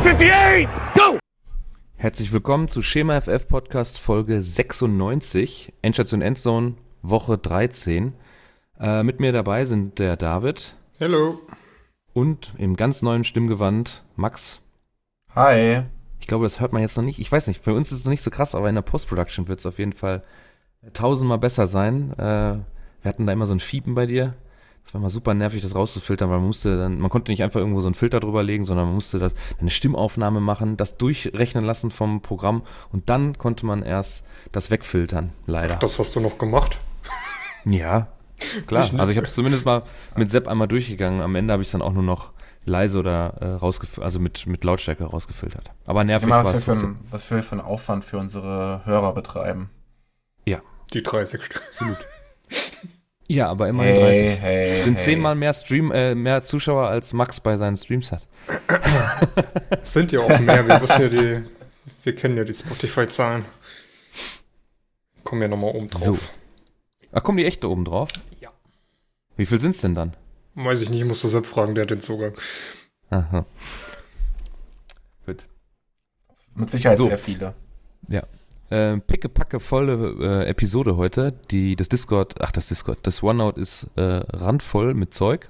58, go! Herzlich willkommen zu Schema FF Podcast Folge 96, Endstation Endzone, Woche 13. Mit mir dabei sind der David. Hallo. Und im ganz neuen Stimmgewand Max. Hi. Ich glaube, das hört man jetzt noch nicht. Ich weiß nicht, für uns ist es noch nicht so krass, aber in der Post-Production wird es auf jeden Fall tausendmal besser sein. Wir hatten da immer so ein Fiepen bei dir. Das war mal super nervig, das rauszufiltern, weil man konnte nicht einfach irgendwo so einen Filter drüber legen, sondern man musste eine Stimmaufnahme machen, das durchrechnen lassen vom Programm und dann konnte man erst das wegfiltern, leider. Ach, das hast du noch gemacht? Ja, klar. Also ich habe es zumindest mal mit Sepp einmal durchgegangen. Am Ende habe ich es dann auch nur noch leise oder also mit Lautstärke rausgefiltert. Aber nervig war es. Was wir für einen Aufwand für unsere Hörer betreiben. Ja. Die 30 Stück. Absolut. Ja, aber immerhin 30. Sind 10-mal mehr Zuschauer als Max bei seinen Streams hat. Es sind ja auch mehr. Wir kennen ja die Spotify-Zahlen. Kommen ja nochmal oben drauf. So. Ach, kommen die echt da oben drauf? Ja. Wie viel sind's denn dann? Weiß ich nicht, ich muss das Sepp fragen, der hat den Zugang. Aha. Gut. Mit Sicherheit So. Sehr viele. Ja. Pickepacke volle Episode heute. Das OneNote ist randvoll mit Zeug.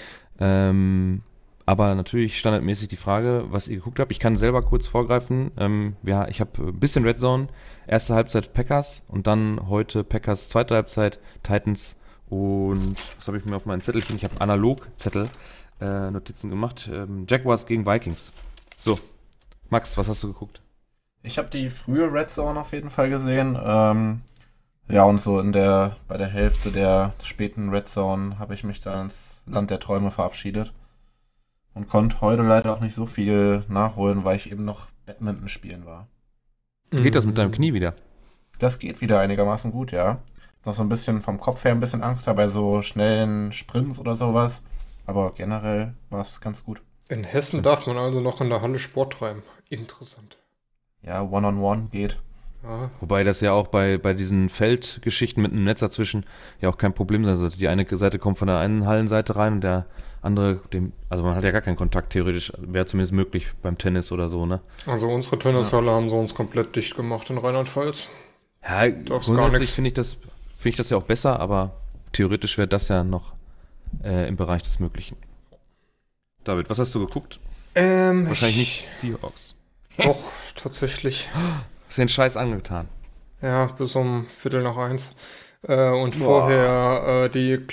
Aber natürlich standardmäßig die Frage, was ihr geguckt habt. Ich kann selber kurz vorgreifen. Ich habe ein bisschen Red Zone, erste Halbzeit Packers und dann heute Packers, zweite Halbzeit Titans und was habe ich mir auf meinen Zettelchen? Ich habe Analogzettel Notizen gemacht. Jaguars gegen Vikings. So, Max, was hast du geguckt? Ich habe die frühe Red Zone auf jeden Fall gesehen. Ja, und so bei der Hälfte der späten Red Zone habe ich mich dann ins Land der Träume verabschiedet. Und konnte heute leider auch nicht so viel nachholen, weil ich eben noch Badminton spielen war. Geht das mit deinem Knie wieder? Das geht wieder einigermaßen gut, ja. Noch so ein bisschen vom Kopf her ein bisschen Angst bei so schnellen Sprints oder sowas. Aber generell war es ganz gut. In Hessen darf man also noch in der Halle Sport treiben. Interessant. Ja, One-on-One geht. Ja. Wobei das ja auch bei diesen Feldgeschichten mit einem Netz dazwischen ja auch kein Problem sein sollte. Die eine Seite kommt von der einen Hallenseite rein und der andere, also man hat ja gar keinen Kontakt, theoretisch wäre zumindest möglich beim Tennis oder so, ne? Also unsere Tennishalle haben sie uns komplett dicht gemacht in Rheinland-Pfalz. Ja, Darf's gar grundsätzlich nichts. finde ich das ja auch besser, aber theoretisch wäre das ja noch im Bereich des Möglichen. David, was hast du geguckt? Wahrscheinlich nicht Seahawks. Doch, tatsächlich. Hast du den Scheiß angetan? Ja, bis um 1:15. Und vorher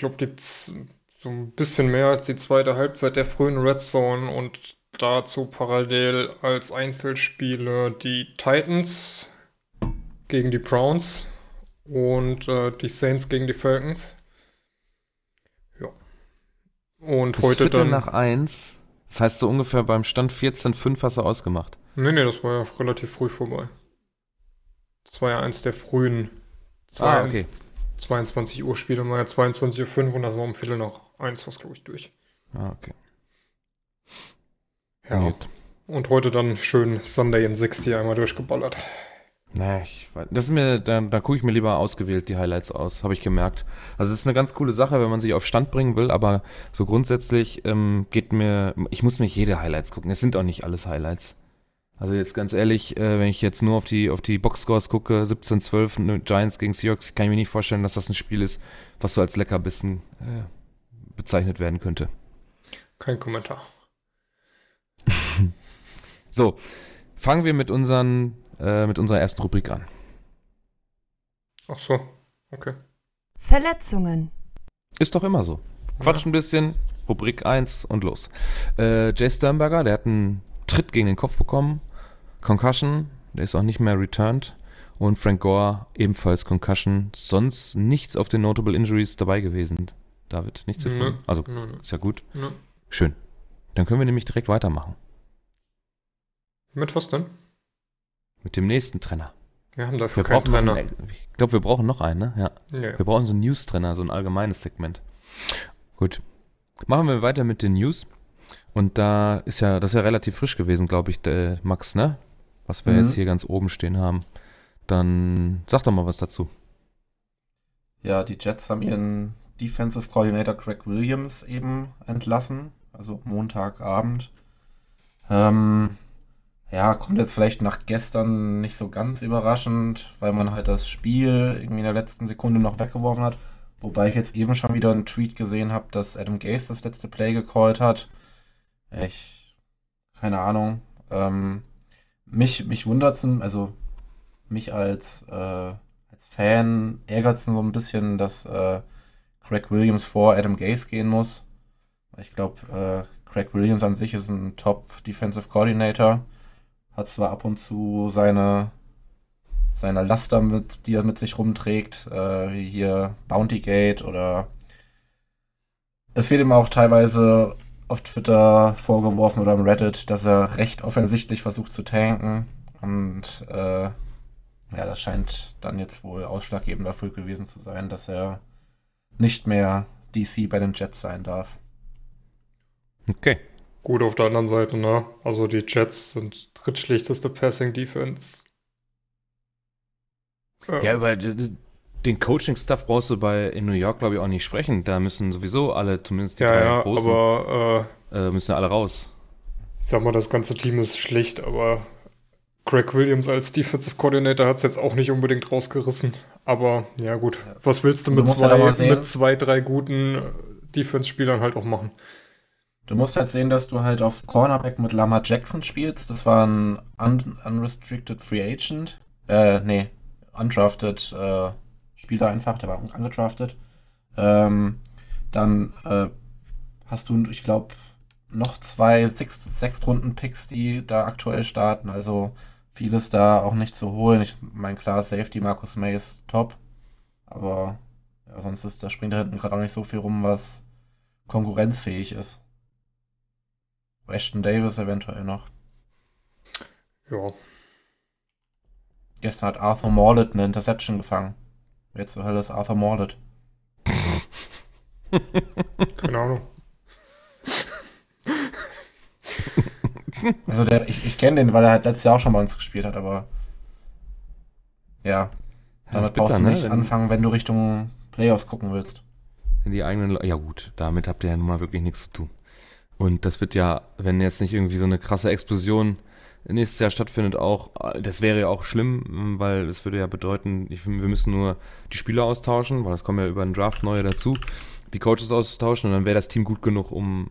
so ein bisschen mehr als die zweite Halbzeit der frühen Red Zone und dazu parallel als Einzelspiele die Titans gegen die Browns und die Saints gegen die Falcons. Ja. Und Bis heute Viertel dann... nach 1, das heißt so ungefähr beim Stand 14:05 hast du ausgemacht. Nee, das war ja relativ früh vorbei. Das war ja eins der frühen Okay. 22 Uhr Spiele, war ja 22:05 Uhr und das war um 1:15 was, glaube ich, durch. Okay. Ja. Gut. Und heute dann schön Sunday in 60 einmal durchgeballert. Na, da gucke ich mir lieber ausgewählt die Highlights aus, habe ich gemerkt. Also es ist eine ganz coole Sache, wenn man sich auf Stand bringen will, aber so grundsätzlich ich muss nicht jede Highlights gucken. Es sind auch nicht alles Highlights. Also jetzt ganz ehrlich, wenn ich jetzt nur auf die Boxscores gucke, 17-12 Giants gegen Seahawks, kann ich mir nicht vorstellen, dass das ein Spiel ist, was so als Leckerbissen bezeichnet werden könnte. Kein Kommentar. So, fangen wir mit unserer ersten Rubrik an. Ach so, okay. Verletzungen. Ist doch immer so. Quatsch ein bisschen, Rubrik 1 und los. Jay Sternberger, der hat einen Tritt gegen den Kopf bekommen. Concussion, der ist auch nicht mehr returned. Und Frank Gore, ebenfalls Concussion. Sonst nichts auf den Notable Injuries dabei gewesen. David, nichts gefunden? Also, ist ja gut. Nö. Schön. Dann können wir nämlich direkt weitermachen. Mit was denn? Mit dem nächsten Trenner. Wir haben dafür keinen Trainer. Ich glaube, wir brauchen noch einen, ne? Ja. Nee. Wir brauchen so einen News-Trenner, so ein allgemeines Segment. Gut. Machen wir weiter mit den News. Und das ist ja relativ frisch gewesen, glaube ich, Max, ne? Was wir jetzt hier ganz oben stehen haben. Dann sag doch mal was dazu. Ja, die Jets haben ihren Defensive Coordinator Greg Williams eben entlassen. Also Montagabend. Ja, kommt jetzt vielleicht nach gestern nicht so ganz überraschend, weil man halt das Spiel irgendwie in der letzten Sekunde noch weggeworfen hat. Wobei ich jetzt eben schon wieder einen Tweet gesehen habe, dass Adam Gase das letzte Play gecallt hat. Keine Ahnung. Mich wundert's, also mich als Fan ärgert's so ein bisschen, dass Craig Williams vor Adam Gase gehen muss. Ich glaube, Craig Williams an sich ist ein Top Defensive Coordinator. Hat zwar ab und zu seine Laster, die er mit sich rumträgt, wie hier Bounty Gate oder es wird ihm auch teilweise auf Twitter vorgeworfen oder im Reddit, dass er recht offensichtlich versucht zu tanken. Und ja, das scheint dann jetzt wohl ausschlaggebend dafür gewesen zu sein, dass er nicht mehr DC bei den Jets sein darf. Okay. Gut, auf der anderen Seite, ne? Also die Jets sind drittschlechteste Passing Defense. Ja, über den Coaching-Stuff brauchst du in New York, glaube ich, auch nicht sprechen. Da müssen sowieso alle, zumindest die drei Großen, aber müssen alle raus. ich sag mal, das ganze Team ist schlecht, aber Craig Williams als Defensive Coordinator hat es jetzt auch nicht unbedingt rausgerissen. Aber ja gut, was willst du mit zwei, drei guten Defense-Spielern halt auch machen? Du musst halt sehen, dass du halt auf Cornerback mit Lamar Jackson spielst. Das war ein unrestricted Free Agent. Undrafted Spieler einfach, der war ungedraftet. Dann hast du, ich glaube, noch 2 Sechstrunden-Picks, die da aktuell starten. Also vieles da auch nicht zu holen. Ich meine, klar, Safety Marcus May ist top. Aber ja, sonst springt da hinten gerade auch nicht so viel rum, was konkurrenzfähig ist. Ashton Davis eventuell noch. Ja. Gestern hat Arthur Morlett eine Interception gefangen. Wer zur Hölle ist Arthur Morlett? Keine Ahnung. Also ich kenne den, weil er halt letztes Jahr auch schon bei uns gespielt hat, aber ja, damit brauchst du nicht anfangen, wenn du Richtung Playoffs gucken willst. Ja gut, damit habt ihr ja nun mal wirklich nichts zu tun. Und das wird ja, wenn jetzt nicht irgendwie so eine krasse Explosion nächstes Jahr stattfindet, auch, das wäre ja auch schlimm, weil es würde ja bedeuten, wir müssen nur die Spieler austauschen, weil es kommen ja über den Draft neue dazu, die Coaches austauschen und dann wäre das Team gut genug, um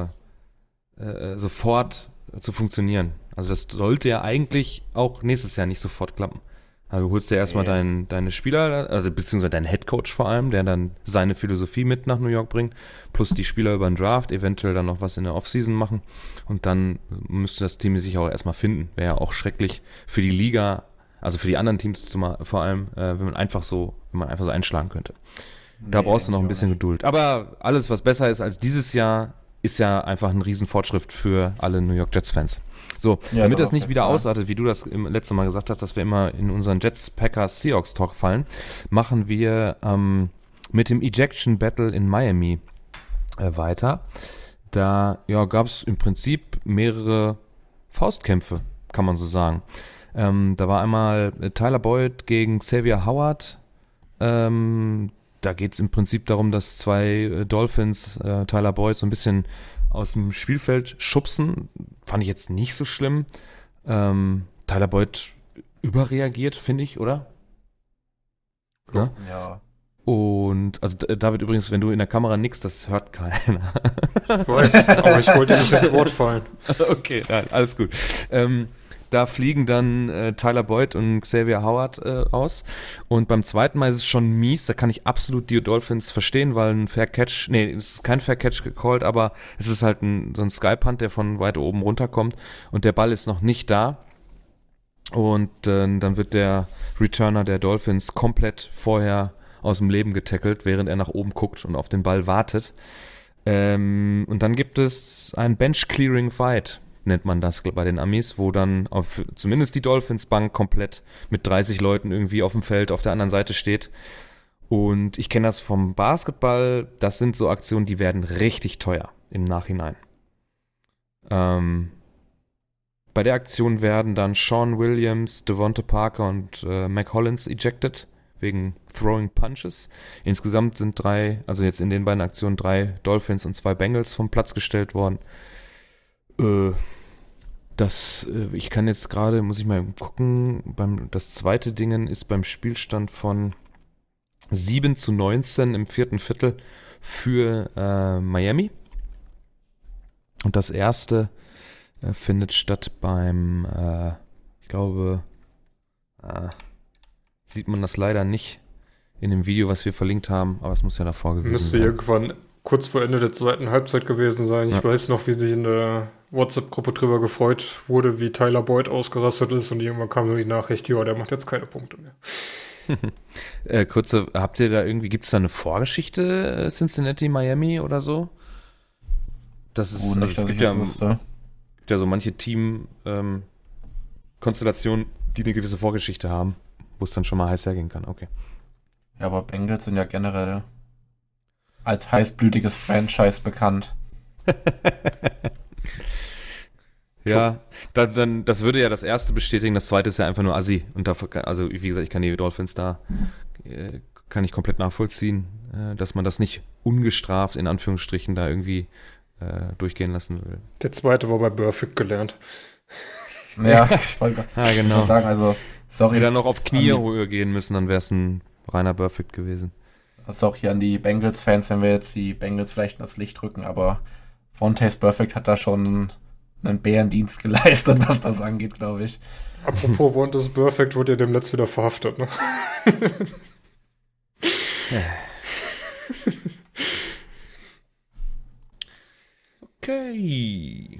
sofort zu funktionieren. Also das sollte ja eigentlich auch nächstes Jahr nicht sofort klappen. Also du holst ja erstmal deine Spieler, also beziehungsweise deinen Headcoach vor allem, der dann seine Philosophie mit nach New York bringt, plus die Spieler über den Draft, eventuell dann noch was in der Offseason machen und dann müsste das Team sich auch erstmal finden. Wäre ja auch schrecklich für die Liga, also für die anderen Teams vor allem, wenn man einfach so einschlagen könnte. Da brauchst du noch ein bisschen Geduld. Aber alles, was besser ist als dieses Jahr, ist ja einfach ein Riesenfortschritt für alle New York Jets-Fans. So, ja, damit das nicht wieder ausartet, wie du das im letzten Mal gesagt hast, dass wir immer in unseren Jets, Packers, Seahawks Talk fallen, machen wir mit dem Ejection Battle in Miami weiter. Da gab es im Prinzip mehrere Faustkämpfe, kann man so sagen. Da war einmal Tyler Boyd gegen Xavier Howard. Da geht es im Prinzip darum, dass zwei Dolphins Tyler Boyd so ein bisschen aus dem Spielfeld schubsen. Fand ich jetzt nicht so schlimm. Tyler Boyd überreagiert, finde ich, oder? Ja. Und, also David übrigens, wenn du in der Kamera nickst, das hört keiner. Ich weiß, aber ich wollte nicht ins Wort fallen. Okay, nein, alles gut. Da fliegen dann Tyler Boyd und Xavier Howard raus. Und beim zweiten Mal ist es schon mies. Da kann ich absolut die Dolphins verstehen, weil ein Fair Catch, es ist kein Fair Catch gecallt, aber es ist halt so ein Sky-Punt, der von weit oben runterkommt und der Ball ist noch nicht da. Und dann wird der Returner der Dolphins komplett vorher aus dem Leben getackelt, während er nach oben guckt und auf den Ball wartet. Und dann gibt es ein Bench-Clearing-Fight, nennt man das bei den Amis, wo dann zumindest die Dolphins-Bank komplett mit 30 Leuten irgendwie auf dem Feld auf der anderen Seite steht. Und ich kenne das vom Basketball, das sind so Aktionen, die werden richtig teuer im Nachhinein. Bei der Aktion werden dann Sean Williams, Devonta Parker und Mac Hollins ejected, wegen Throwing Punches. Insgesamt sind jetzt in den beiden Aktionen 3 Dolphins und 2 Bengals vom Platz gestellt worden. Ich kann jetzt gerade, muss ich mal gucken, das zweite Dingen ist beim Spielstand von 7-19 im vierten Viertel für Miami. Und das erste findet statt beim, ich glaube, sieht man das leider nicht in dem Video, was wir verlinkt haben, aber es muss ja davor gewesen Müsste sein. irgendwann kurz vor Ende der zweiten Halbzeit gewesen sein. Ich weiß noch, wie sich in der WhatsApp-Gruppe drüber gefreut wurde, wie Tyler Boyd ausgerastet ist und irgendwann kam nur die Nachricht, ja, der macht jetzt keine Punkte mehr. Habt ihr da irgendwie, gibt es da eine Vorgeschichte, Cincinnati, Miami oder so? Das ist, nicht, es gibt ja so manche Team-Konstellationen, die eine gewisse Vorgeschichte haben, wo es dann schon mal heiß hergehen kann. Okay. Ja, aber Bengals sind ja generell als heißblütiges Franchise bekannt. Ja, das würde ja das erste bestätigen, das zweite ist ja einfach nur Assi. Und dafür, also wie gesagt, ich kann die Dolphins kann ich komplett nachvollziehen, dass man das nicht ungestraft, in Anführungsstrichen, da irgendwie durchgehen lassen will. Der zweite war bei Burfict gelernt. Ja, ich wollte genau. sagen, also, sorry. Wenn wir dann noch auf Kniehöhe gehen müssen, dann wäre es ein reiner Burfict gewesen. Also auch hier an die Bengals-Fans, wenn wir jetzt die Bengals vielleicht in das Licht rücken, aber Vontaze Burfict hat da schon einen Bärendienst geleistet, was das angeht, glaube ich. Apropos Vontaze Burfict, wurde ja demnächst wieder verhaftet, ne? Okay.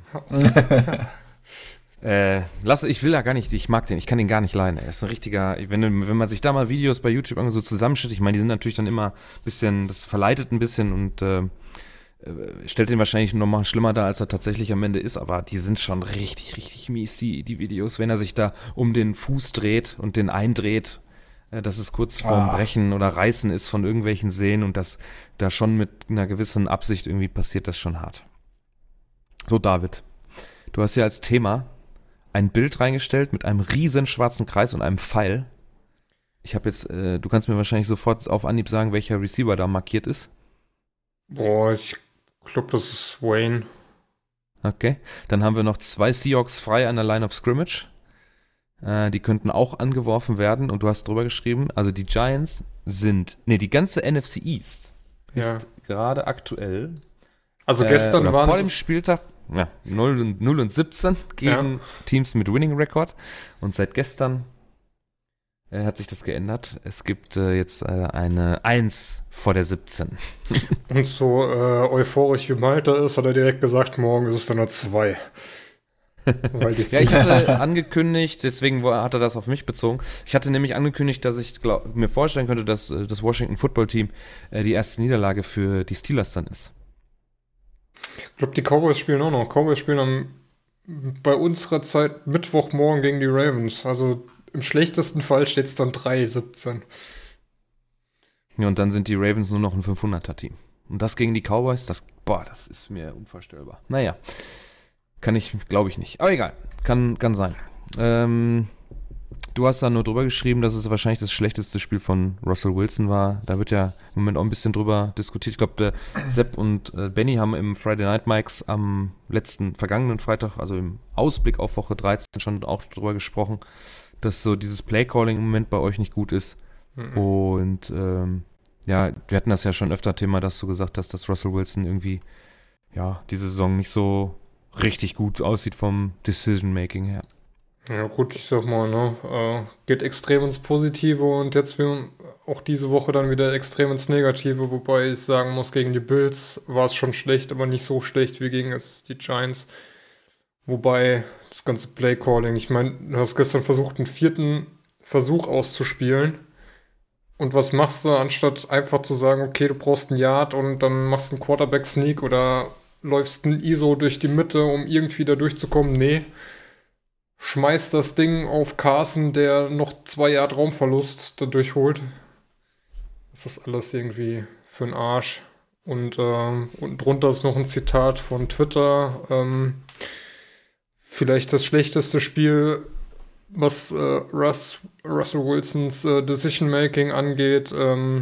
Ich will da gar nicht, ich mag den, ich kann den gar nicht leiden. Er ist ein richtiger, wenn man sich da mal Videos bei YouTube so zusammenstellt, ich meine, die sind natürlich dann immer ein bisschen, das verleitet ein bisschen und stellt den wahrscheinlich noch mal schlimmer dar, als er tatsächlich am Ende ist, aber die sind schon richtig, richtig mies, die Videos, wenn er sich da um den Fuß dreht und den eindreht, dass es kurz vorm Brechen oder Reißen ist von irgendwelchen Sehnen und das da schon mit einer gewissen Absicht irgendwie passiert, das schon hart. So, David, du hast hier als Thema ein Bild reingestellt mit einem riesen schwarzen Kreis und einem Pfeil. Ich habe jetzt, du kannst mir wahrscheinlich sofort auf Anhieb sagen, welcher Receiver da markiert ist. Boah, ich glaube, das ist Wayne. Okay, dann haben wir noch 2 Seahawks frei an der Line of Scrimmage. Die könnten auch angeworfen werden und du hast drüber geschrieben, also die Giants die ganze NFC East ist gerade aktuell. Also gestern waren vor dem Spieltag 0 und 17 gegen Teams mit Winning Record und seit gestern hat sich das geändert. Es gibt jetzt eine 1 vor der 17. Und so euphorisch wie Malte ist, hat er direkt gesagt, morgen ist es dann eine 2. Weil die ich hatte angekündigt, deswegen hat er das auf mich bezogen. Ich hatte nämlich angekündigt, dass ich mir vorstellen könnte, dass das Washington Football Team die erste Niederlage für die Steelers dann ist. Ich glaube, die Cowboys spielen auch noch. Cowboys spielen bei unserer Zeit Mittwochmorgen gegen die Ravens. Also im schlechtesten Fall steht es dann 3-17. Ja, und dann sind die Ravens nur noch ein 500er-Team. Und das gegen die Cowboys, das ist mir unvorstellbar. Naja, glaube ich nicht. Aber egal, kann sein. Du hast da nur drüber geschrieben, dass es wahrscheinlich das schlechteste Spiel von Russell Wilson war. Da wird ja im Moment auch ein bisschen drüber diskutiert. Ich glaube, der Sepp und Benny haben im Friday Night Mikes am vergangenen Freitag, also im Ausblick auf Woche 13 schon auch drüber gesprochen, dass so dieses Playcalling im Moment bei euch nicht gut ist. Mhm. Und wir hatten das ja schon öfter Thema, dass du gesagt hast, dass Russell Wilson irgendwie diese Saison nicht so richtig gut aussieht vom Decision-Making her. Ja gut, ich sag mal, geht extrem ins Positive und jetzt auch diese Woche dann wieder extrem ins Negative, wobei ich sagen muss, gegen die Bills war es schon schlecht, aber nicht so schlecht wie gegen die Giants. Wobei das ganze Play-Calling, ich meine, du hast gestern versucht, einen 4. Versuch auszuspielen und was machst du, anstatt einfach zu sagen, okay, du brauchst einen Yard und dann machst du einen Quarterback-Sneak oder läufst einen ISO durch die Mitte, um irgendwie da durchzukommen? Nee. Schmeißt das Ding auf Carson, der noch 2 Jahre Raumverlust dadurch holt. Das ist alles irgendwie für den Arsch. Und drunter ist noch ein Zitat von Twitter. Vielleicht das schlechteste Spiel, was Russell Wilsons Decision-Making angeht.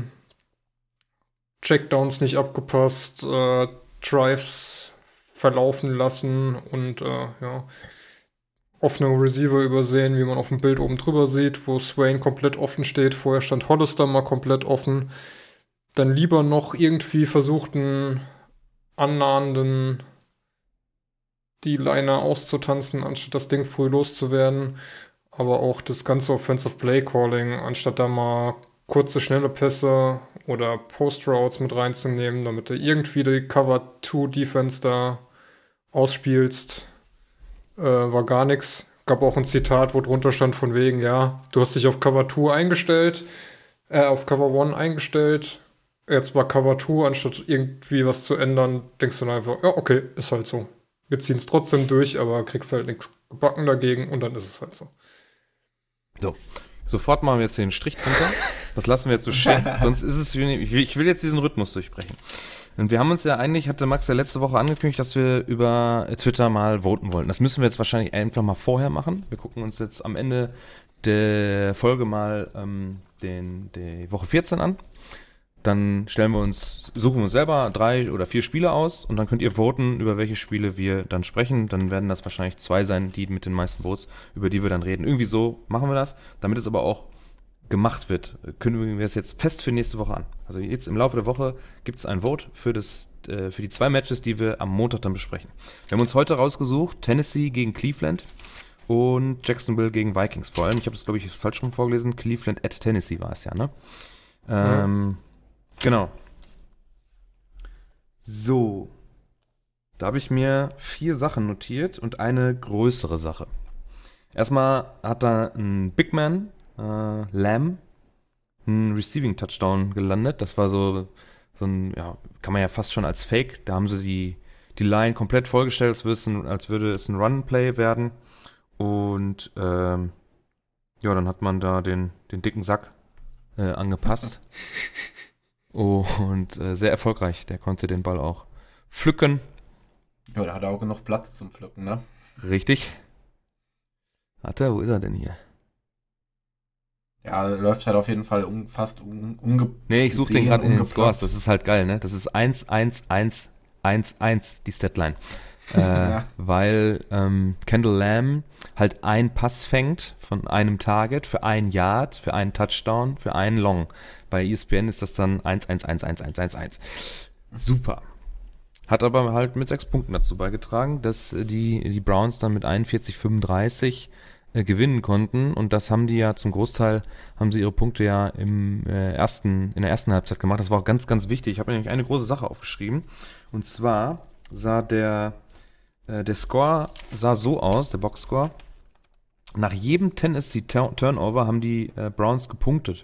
Checkdowns nicht abgepasst, Drives verlaufen lassen und offene Receiver übersehen, wie man auf dem Bild oben drüber sieht, wo Swain komplett offen steht. Vorher stand Hollister mal komplett offen. Dann lieber noch irgendwie versucht, einen annahenden D-Liner auszutanzen, anstatt das Ding früh loszuwerden. Aber auch das ganze Offensive Play Calling, anstatt da mal kurze, schnelle Pässe oder Post-Routes mit reinzunehmen, damit du irgendwie die Cover-2-Defense da ausspielst, war gar nichts. Gab auch ein Zitat, wo drunter stand von wegen, ja, du hast dich auf Cover 2 eingestellt, auf Cover 1 eingestellt, jetzt war Cover 2, anstatt irgendwie was zu ändern, denkst du dann einfach, ja, okay, ist halt so. Wir ziehen es trotzdem durch, aber kriegst halt nichts gebacken dagegen und dann ist es halt so. So, sofort machen wir jetzt den Strich drunter. Das lassen wir jetzt so stehen. Sonst ist es, ich will jetzt diesen Rhythmus durchbrechen. Und wir haben uns ja eigentlich, hatte Max ja letzte Woche angekündigt, dass wir über Twitter mal voten wollten. Das müssen wir jetzt wahrscheinlich einfach mal vorher machen. Wir gucken uns jetzt am Ende der Folge mal die Woche 14 an. Dann suchen wir uns selber 3 oder 4 Spiele aus und dann könnt ihr voten, über welche Spiele wir dann sprechen. Dann werden das wahrscheinlich 2 sein, die mit den meisten Votes, über die wir dann reden. Irgendwie so machen wir das, damit es aber auch gemacht wird. Kündigen wir es jetzt fest für nächste Woche an. Also jetzt im Laufe der Woche gibt es ein Vote für die 2 Matches, die wir am Montag dann besprechen. Wir haben uns heute rausgesucht, Tennessee gegen Cleveland und Jacksonville gegen Vikings vor allem. Ich habe das, glaube ich, falsch rum vorgelesen. Cleveland at Tennessee war es ja, ne? Genau. So. Da habe ich mir 4 Sachen notiert und eine größere Sache. Erstmal hat da ein Big Man, Lamb, einen Receiving-Touchdown gelandet. Das war so ein, ja, kann man ja fast schon als Fake. Da haben sie die Line komplett vollgestellt, als würde es ein Run-Play werden. Und ja, dann hat man da den dicken Sack angepasst. Und sehr erfolgreich. Der konnte den Ball auch pflücken. Ja, da hat er auch genug Platz zum Pflücken, ne? Richtig. Warte, wo ist er denn hier? Ja, läuft halt auf jeden Fall fast Nee, ich suche den gerade in den Scores. Das ist halt geil, ne? Das ist 1-1-1-1-1, die Statline. Ja. Weil Kendall Lamb halt einen Pass fängt von einem Target für 1 Yard, für einen Touchdown, für einen Long. Bei ESPN ist das dann 1-1-1-1-1-1-1. Super. Hat aber halt mit 6 Punkten dazu beigetragen, dass die Browns dann mit 41-35 gewinnen konnten. Und das haben die ja zum Großteil, haben sie ihre Punkte ja in der ersten Halbzeit gemacht. Das war auch ganz, ganz wichtig. Ich habe nämlich eine große Sache aufgeschrieben. Und zwar sah der Score sah so aus, der Boxscore. Nach jedem Tennessee Turnover haben die Browns gepunktet.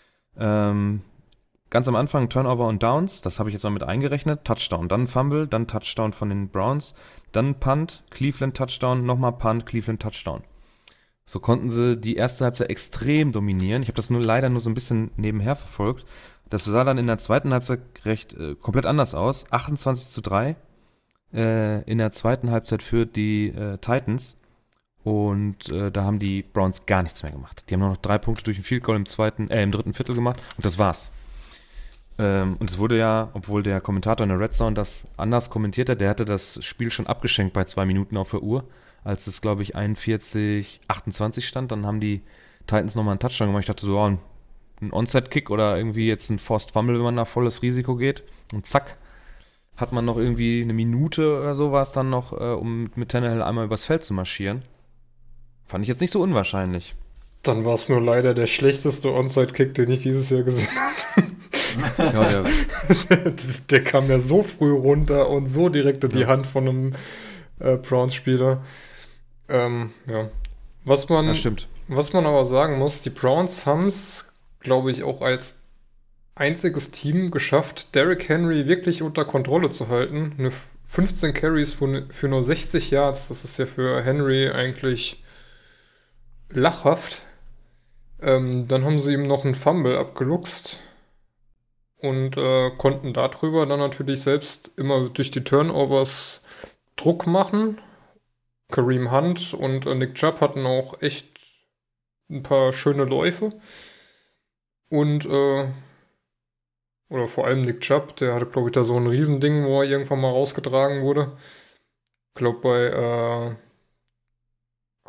Ganz am Anfang Turnover und Downs, das habe ich jetzt mal mit eingerechnet, Touchdown, dann Fumble, dann Touchdown von den Browns, dann Punt, Cleveland Touchdown, nochmal Punt, Cleveland Touchdown. So konnten sie die erste Halbzeit extrem dominieren. Ich habe das leider nur so ein bisschen nebenher verfolgt. Das sah dann in der zweiten Halbzeit komplett anders aus. 28-3 in der zweiten Halbzeit für die Titans. Und da haben die Browns gar nichts mehr gemacht. Die haben nur noch 3 Punkte durch ein Field Goal im dritten Viertel gemacht und das war's. Und es wurde ja, obwohl der Kommentator in der Red Zone das anders kommentiert hat, der hatte das Spiel schon abgeschenkt bei 2 Minuten auf der Uhr, als es, glaube ich, 41-28 stand. Dann haben die Titans nochmal einen Touchdown gemacht. Ich dachte so, ein Onside-Kick oder irgendwie jetzt ein Forced Fumble, wenn man da volles Risiko geht. Und zack, hat man noch irgendwie eine Minute oder so war es dann noch, um mit Tannehill einmal übers Feld zu marschieren. Fand ich jetzt nicht so unwahrscheinlich. Dann war es nur leider der schlechteste Onside-Kick, den ich dieses Jahr gesehen habe. Ja, der kam ja so früh runter und so direkt in die Hand von einem Browns-Spieler. Ja. Das stimmt. Was man aber sagen muss, die Browns haben es, glaube ich, auch als einziges Team geschafft, Derrick Henry wirklich unter Kontrolle zu halten. 15 Carries für nur 60 Yards, das ist ja für Henry eigentlich lachhaft. Dann haben sie ihm noch einen Fumble abgeluchst und konnten darüber dann natürlich selbst immer durch die Turnovers Druck machen. Kareem Hunt und Nick Chubb hatten auch echt ein paar schöne Läufe. Und oder vor allem Nick Chubb, der hatte, glaube ich, da so ein Riesending, wo er irgendwann mal rausgetragen wurde. Ich glaube, bei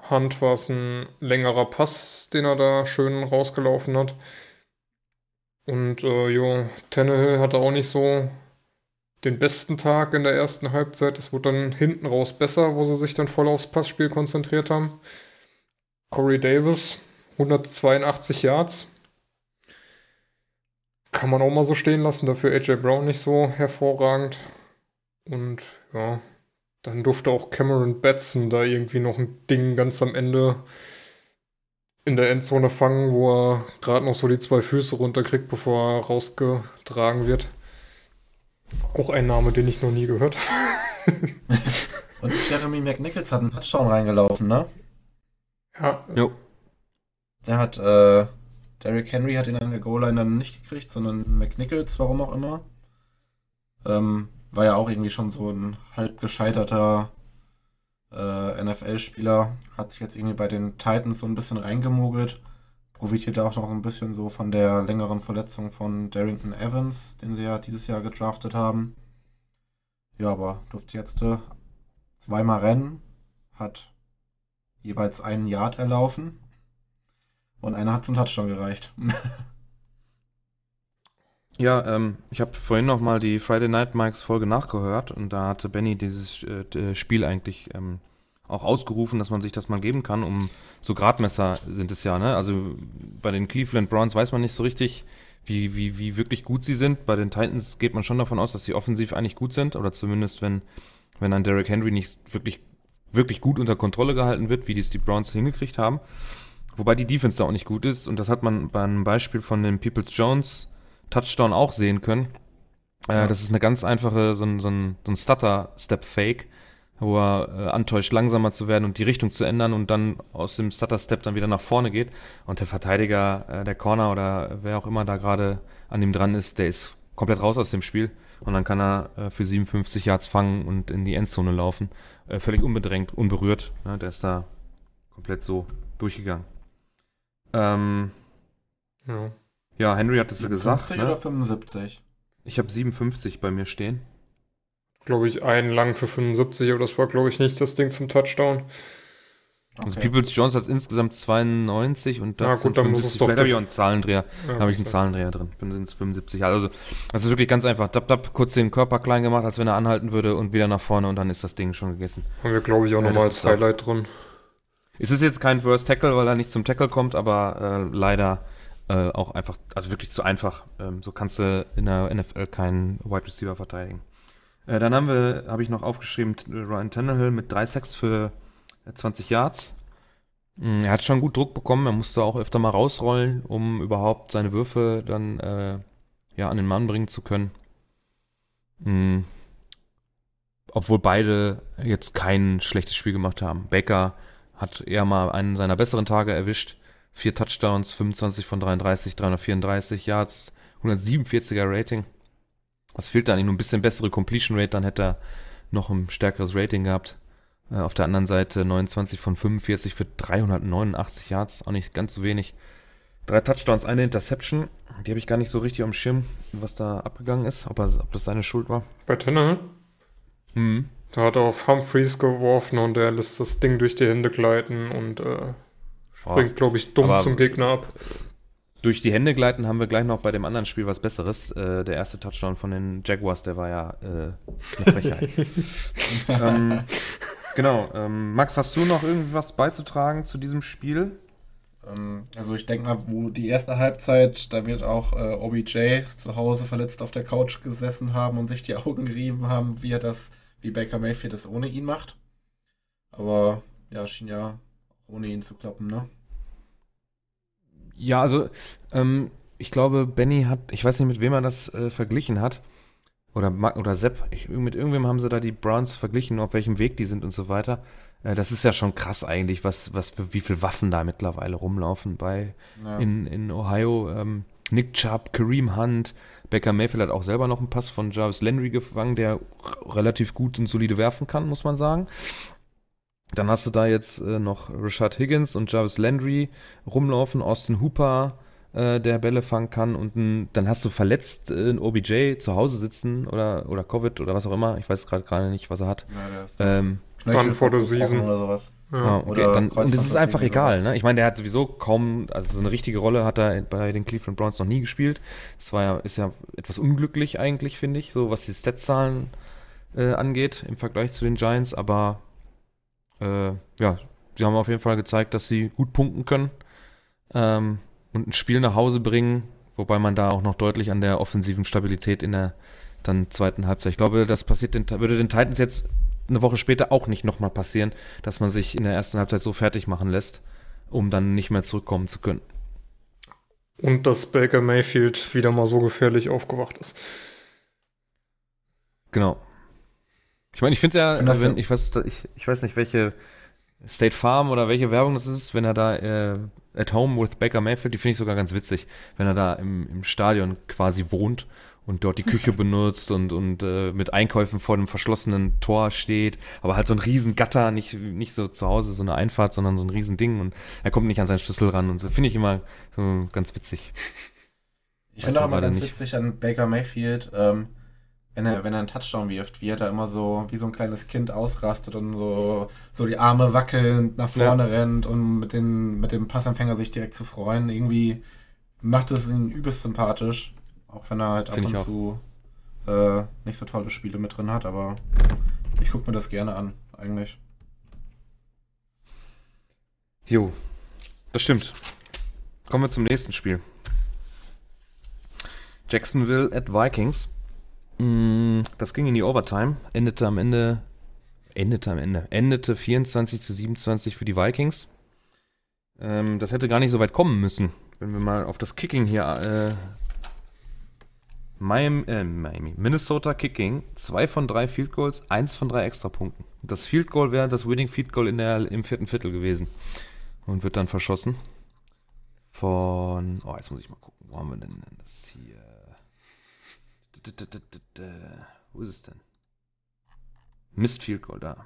Hunt war es ein längerer Pass, den er da schön rausgelaufen hat. Und Tannehill hatte auch nicht so den besten Tag in der ersten Halbzeit. Es wurde dann hinten raus besser, wo sie sich dann voll aufs Passspiel konzentriert haben. Corey Davis, 182 Yards. Kann man auch mal so stehen lassen, dafür AJ Brown nicht so hervorragend. Und ja, dann durfte auch Cameron Batson da irgendwie noch ein Ding ganz am Ende in der Endzone fangen, wo er gerade noch so die 2 Füße runterkriegt, bevor er rausgetragen wird. Auch ein Name, den ich noch nie gehört habe. Und Jeremy McNichols hat einen Touchdown reingelaufen, ne? Ja. Jo. Der hat, Derrick Henry hat ihn an der Goal-Line dann nicht gekriegt, sondern McNichols, warum auch immer. War ja auch irgendwie schon so ein halb gescheiterter NFL-Spieler, hat sich jetzt irgendwie bei den Titans so ein bisschen reingemogelt, profitiert auch noch ein bisschen so von der längeren Verletzung von Darrington Evans, den sie ja dieses Jahr gedraftet haben. Ja, aber durfte jetzt zweimal rennen, hat jeweils 1 Yard erlaufen und einer hat zum Touchdown gereicht. Ja, ich habe vorhin noch mal die Friday Night Mikes Folge nachgehört und da hatte Benny dieses Spiel eigentlich auch ausgerufen, dass man sich das mal geben kann, so Gradmesser sind es ja, ne? Also bei den Cleveland Browns weiß man nicht so richtig, wie wirklich gut sie sind. Bei den Titans geht man schon davon aus, dass sie offensiv eigentlich gut sind oder zumindest, wenn ein Derrick Henry nicht wirklich gut unter Kontrolle gehalten wird, wie die Browns hingekriegt haben. Wobei die Defense da auch nicht gut ist und das hat man beim Beispiel von dem Peoples-Jones Touchdown auch sehen können. Das ist eine ganz einfache, so ein Stutter-Step-Fake, wo er antäuscht, langsamer zu werden und die Richtung zu ändern und dann aus dem Stutter-Step dann wieder nach vorne geht. Und der Verteidiger, der Corner oder wer auch immer da gerade an ihm dran ist, der ist komplett raus aus dem Spiel. Und dann kann er für 57 Yards fangen und in die Endzone laufen. Völlig unbedrängt, unberührt. Ne? Der ist da komplett so durchgegangen. Ja, Henry hat es ja gesagt. 50 oder 75? Ich habe 57 bei mir stehen. Glaube ich, einen lang für 75, aber das war, glaube ich, nicht das Ding zum Touchdown. Also Peoples-Jones hat insgesamt 92 und das gut, dann muss es doch vielleicht habe ich auch einen Zahlendreher. Ja, habe ich einen Zahlendreher drin. Dann sind es 75. Also das ist wirklich ganz einfach. Kurz den Körper klein gemacht, als wenn er anhalten würde und wieder nach vorne und dann ist das Ding schon gegessen. Haben wir, glaube ich, auch nochmal als Highlight drin. Es ist jetzt kein First Tackle, weil er nicht zum Tackle kommt, aber leider auch einfach, also wirklich zu einfach. So kannst du in der NFL keinen Wide Receiver verteidigen. Dann habe ich noch aufgeschrieben, Ryan Tannehill mit 3 Sacks für 20 Yards. Er hat schon gut Druck bekommen, er musste auch öfter mal rausrollen, um überhaupt seine Würfe dann an den Mann bringen zu können. Obwohl beide jetzt kein schlechtes Spiel gemacht haben. Baker hat eher mal einen seiner besseren Tage erwischt. 4 Touchdowns, 25 von 33, 334 Yards, 147er Rating. Was fehlt da eigentlich? Nur ein bisschen bessere Completion Rate, dann hätte er noch ein stärkeres Rating gehabt. Auf der anderen Seite 29 von 45 für 389 Yards, auch nicht ganz so wenig. 3 Touchdowns, eine Interception. Die habe ich gar nicht so richtig am Schirm, was da abgegangen ist, ob das seine Schuld war. Bei Tannehill? Da hat er auf Humphreys geworfen und er lässt das Ding durch die Hände gleiten und springt, glaube ich, dumm zum Gegner ab. Durch die Hände gleiten haben wir gleich noch bei dem anderen Spiel was Besseres. Der erste Touchdown von den Jaguars, der war ja eine Frechheit. Genau. Max, hast du noch irgendwas beizutragen zu diesem Spiel? Also ich denke mal, wo die erste Halbzeit, da wird auch OBJ zu Hause verletzt auf der Couch gesessen haben und sich die Augen gerieben haben, wie Baker Mayfield das ohne ihn macht. Aber ja, schien ja ohne ihn zu klappen, ne? Ja, also ich glaube, Benny ich weiß nicht, mit wem er das verglichen hat, oder Sepp, mit irgendwem haben sie da die Browns verglichen, auf welchem Weg die sind und so weiter. Das ist ja schon krass eigentlich, wie viele Waffen da mittlerweile rumlaufen in Ohio. Nick Chubb, Kareem Hunt, Baker Mayfield hat auch selber noch einen Pass von Jarvis Landry gefangen, der relativ gut und solide werfen kann, muss man sagen. Dann hast du da jetzt noch Rashad Higgins und Jarvis Landry rumlaufen, Austin Hooper, der Bälle fangen kann und dann hast du verletzt in OBJ zu Hause sitzen oder Covid oder was auch immer. Ich weiß gerade nicht, was er hat. Ja, der ist dann vor der Season oder sowas. Ah, okay. Oder Und es ist Kreuzbandriss, einfach irgendwie egal, sowas. ne? Ich meine, der hat sowieso kaum, also so eine richtige Rolle hat er bei den Cleveland Browns noch nie gespielt. Ist ja etwas unglücklich eigentlich, finde ich, so was die Statzahlen angeht im Vergleich zu den Giants, aber ja, sie haben auf jeden Fall gezeigt, dass sie gut punkten können und ein Spiel nach Hause bringen, wobei man da auch noch deutlich an der offensiven Stabilität in der dann zweiten Halbzeit. Ich glaube, das würde den Titans jetzt eine Woche später auch nicht nochmal passieren, dass man sich in der ersten Halbzeit so fertig machen lässt, um dann nicht mehr zurückkommen zu können. Und dass Baker Mayfield wieder mal so gefährlich aufgewacht ist. Genau. Ich meine, ich finde ja, ich weiß nicht, welche State Farm oder welche Werbung das ist, wenn er da at home with Baker Mayfield, die finde ich sogar ganz witzig, wenn er da im Stadion quasi wohnt und dort die Küche benutzt und mit Einkäufen vor dem verschlossenen Tor steht, aber halt so ein riesen Gatter, nicht so zu Hause so eine Einfahrt, sondern so ein riesen Ding und er kommt nicht an seinen Schlüssel ran und so finde ich immer so ganz witzig. Ich finde auch immer ganz witzig an Baker Mayfield, wenn er einen Touchdown wirft, wie er da immer so wie so ein kleines Kind ausrastet und so die Arme wackelnd nach vorne rennt und mit dem Passempfänger sich direkt zu freuen. Irgendwie macht es ihn übelst sympathisch. Auch wenn er halt ab und zu nicht so tolle Spiele mit drin hat, aber ich gucke mir das gerne an, eigentlich. Jo, das stimmt. Kommen wir zum nächsten Spiel. Jacksonville at Vikings. Das ging in die Overtime, endete 24-27 für die Vikings. Das hätte gar nicht so weit kommen müssen, wenn wir mal auf das Kicking hier Minnesota Kicking, 2 von 3 Field Goals, 1 von 3 Extrapunkten. Das Field Goal wäre das Winning Field Goal im vierten Viertel gewesen und wird dann verschossen von, jetzt muss ich mal gucken, wo haben wir denn das hier? Wo ist es denn? Missed Field Goal da.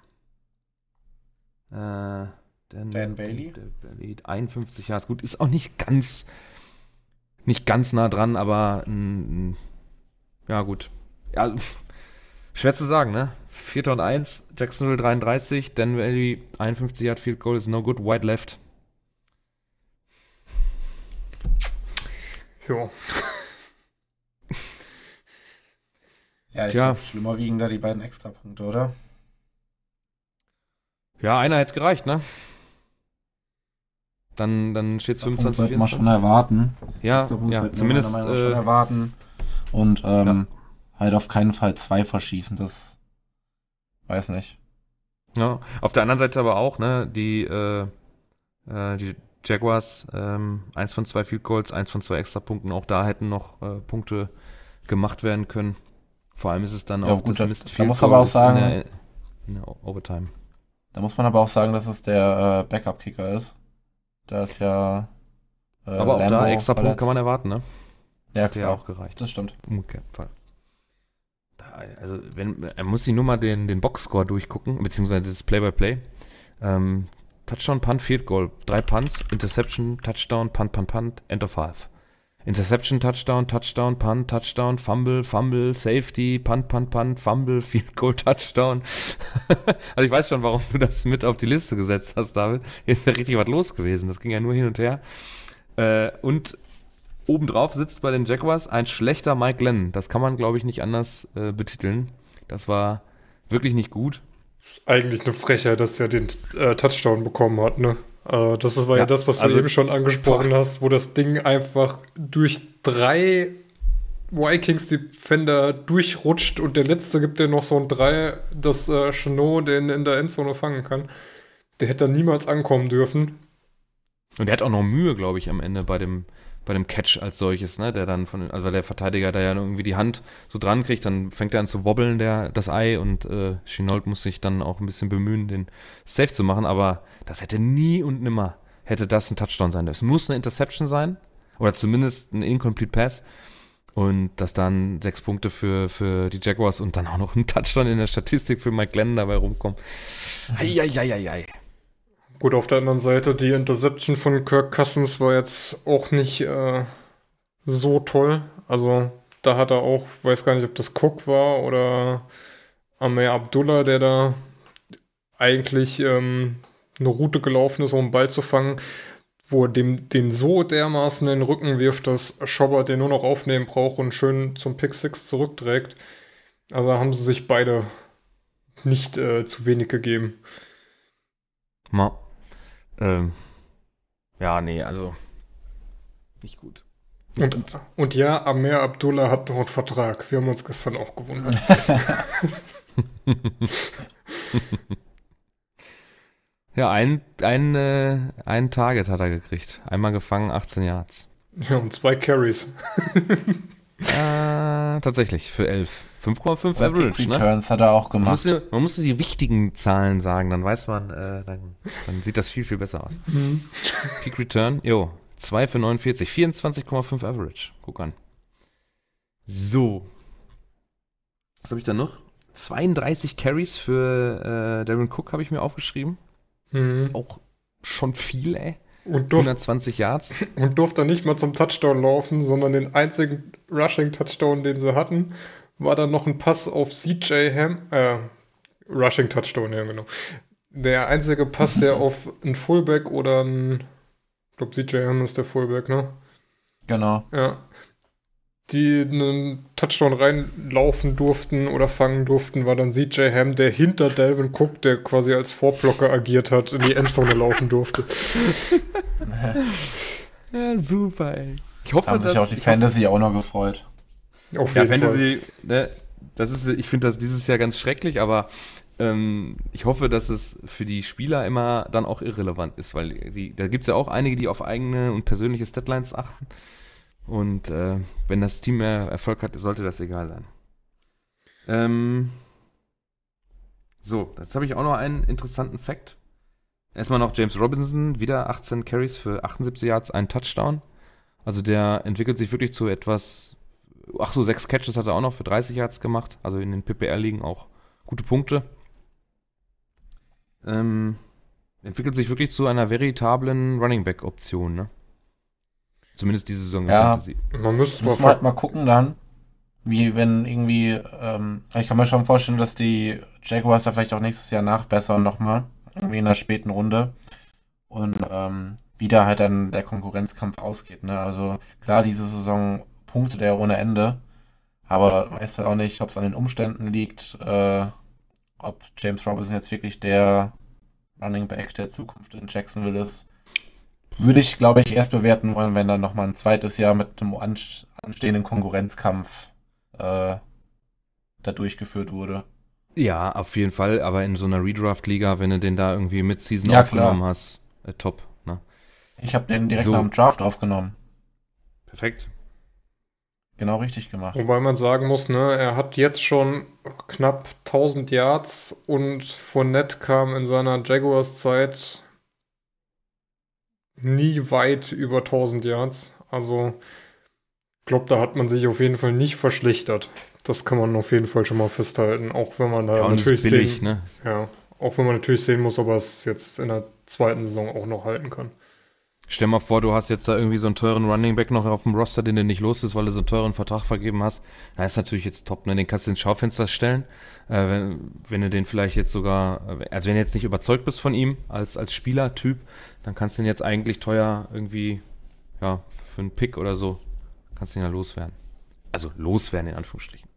Dan Bailey? 51 Jahre ist gut, ist auch nicht ganz nah dran, aber ja gut. Ja, schwer zu sagen, ne? 4. und 1, Jacksonville 33, Dan Bailey 51 Yard Field Goal ist no good, wide left. Ja. Ja, ich glaube, schlimmer wiegen da die beiden Extrapunkte, oder? Ja, einer hätte gereicht, ne? Dann steht es 25, sollte man schon erwarten. Ja, zumindest schon erwarten. Und halt auf keinen Fall 2 verschießen, das weiß nicht. Ja, auf der anderen Seite aber auch, ne, die Jaguars, 1 von 2 Field Goals, 1 von 2 Extrapunkten, auch da hätten noch Punkte gemacht werden können. Vor allem ist es dann auch gut, das Missed da Field muss Goal aber auch sagen, in der Overtime. Da muss man aber auch sagen, dass es der Backup-Kicker ist. Da ist ja aber auch Lambo da Extrapunkt verletzt. kann man erwarten, ne? Ja, Hat ja klar. auch gereicht. Das stimmt. Umgekehrt Fall. Also, er muss sich nur mal den Boxscore durchgucken, beziehungsweise das Play-by-Play. Touchdown, Punt, Field Goal. 3 Punts, Interception, Touchdown, Punt, Punt, Punt, End of Half. Interception, Touchdown, Touchdown, Punt, Touchdown, Fumble, Fumble, Safety, Punt, Punt, Punt, Fumble, Field Goal, Touchdown. Also ich weiß schon, warum du das mit auf die Liste gesetzt hast, David. Hier ist ja richtig was los gewesen. Das ging ja nur hin und her. Und obendrauf sitzt bei den Jaguars ein schlechter Mike Glennon. Das kann man, glaube ich, nicht anders betiteln. Das war wirklich nicht gut. Das ist eigentlich eine Frechheit, dass er den Touchdown bekommen hat, ne? Das war ja das, was du eben schon angesprochen hast, wo das Ding einfach durch 3 Vikings-Defender durchrutscht und der letzte gibt dir noch so ein 3, dass Chenot den in der Endzone fangen kann. Der hätte da niemals ankommen dürfen. Und er hat auch noch Mühe, glaube ich, am Ende bei dem Catch als solches, ne? Der dann also der Verteidiger da ja irgendwie die Hand so dran kriegt, dann fängt er an zu wobbeln, das Ei, und Chenault muss sich dann auch ein bisschen bemühen, den Safe zu machen, aber das hätte nie und nimmer hätte das ein Touchdown sein dürfen. Es muss eine Interception sein, oder zumindest ein Incomplete Pass, und das dann 6 Punkte für die Jaguars und dann auch noch ein Touchdown in der Statistik für Mike Glennon dabei rumkommen. Eieieiei. Gut, auf der anderen Seite, die Interception von Kirk Cousins war jetzt auch nicht so toll. Also da hat er auch, weiß gar nicht, ob das Cook war oder Amer Abdullah, der da eigentlich eine Route gelaufen ist, um einen Ball zu fangen, wo er den so dermaßen in den Rücken wirft, dass Schobert den nur noch aufnehmen braucht und schön zum Pick 6 zurückträgt. Also haben sie sich beide nicht zu wenig gegeben. Ja, nee, also nicht gut. Und ja, Amer Abdullah hat noch einen Vertrag. Wir haben uns gestern auch gewundert. Ja, ein Target hat er gekriegt. Einmal gefangen, 18 Yards. Ja, und 2 Carries. Tatsächlich, für 11. 5,5 Und Average, ne? Returns hat er auch gemacht. Man musste die wichtigen Zahlen sagen, dann weiß man, dann sieht das viel, viel besser aus. Peak Return, 2 für 49, 24,5 Average. Guck an. So. Was habe ich da noch? 32 Carries für Dalvin Cook habe ich mir aufgeschrieben. Das ist auch schon viel, ey. Und 120 Yards. Und durfte nicht mal zum Touchdown laufen, sondern den einzigen Rushing-Touchdown, den sie hatten, war dann noch ein Pass auf CJ Ham. Rushing-Touchdown, ja, genau. Der einzige Pass, der auf einen Fullback oder einen, ich glaube, CJ Ham ist der Fullback, ne? Genau. Ja. Die einen Touchdown reinlaufen durften oder fangen durften, war dann CJ Ham, der hinter Dalvin Cook, der quasi als Vorblocker agiert hat, in die Endzone laufen durfte. Ja, super, ey. Ich hoffe, haben sich auch die Fantasy auch noch gefreut. Auf jeden Fantasy, ne, ich finde das dieses Jahr ganz schrecklich, aber ich hoffe, dass es für die Spieler immer dann auch irrelevant ist, weil da gibt es ja auch einige, die auf eigene und persönliche Deadlines achten. Und wenn das Team mehr Erfolg hat, sollte das egal sein. So, jetzt habe ich auch noch einen interessanten Fact. Erstmal noch James Robinson, wieder 18 Carries für 78 Yards, einen Touchdown. Also der entwickelt sich wirklich zu etwas. 6 Catches hat er auch noch für 30 Yards gemacht. Also in den PPR-Ligen auch gute Punkte. Entwickelt sich wirklich zu einer veritablen Running-Back-Option, ne? Zumindest diese Saison in Fantasy. Man müsste Muss man halt mal gucken dann, wie wenn irgendwie, ich kann mir schon vorstellen, dass die Jaguars da vielleicht auch nächstes Jahr nachbessern nochmal, irgendwie in der späten Runde und wie da halt dann der Konkurrenzkampf ausgeht, ne? Also klar, diese Saison punktet er ohne Ende, aber weiß ja auch nicht, ob es an den Umständen liegt, ob James Robinson jetzt wirklich der Running Back der Zukunft in Jacksonville ist. Würde ich, glaube ich, erst bewerten wollen, wenn dann nochmal ein zweites Jahr mit einem anstehenden Konkurrenzkampf da durchgeführt wurde. Ja, auf jeden Fall, aber in so einer Redraft-Liga, wenn du den da irgendwie Mid-Season aufgenommen hast, top, ne? Ich habe den direkt nach dem Draft aufgenommen. Perfekt. Genau richtig gemacht. Wobei man sagen muss, ne, er hat jetzt schon knapp 1000 Yards und Fournette kam in seiner Jaguars-Zeit nie weit über 1000 Yards. Also, ich glaube, da hat man sich auf jeden Fall nicht verschlechtert. Das kann man auf jeden Fall schon mal festhalten. Auch wenn man da natürlich billig, ne? Ja, auch wenn man natürlich sehen muss, ob er es jetzt in der zweiten Saison auch noch halten kann. Stell mal vor, du hast jetzt da irgendwie so einen teuren Running Back noch auf dem Roster, den du nicht los ist, weil du so einen teuren Vertrag vergeben hast. Da ist natürlich jetzt top, ne? Den kannst du ins Schaufenster stellen. Wenn du den vielleicht jetzt sogar, also wenn du jetzt nicht überzeugt bist von ihm als Spielertyp, dann kannst du ihn jetzt eigentlich teuer irgendwie, ja, für einen Pick oder so, kannst du ihn ja loswerden. Also loswerden in Anführungsstrichen.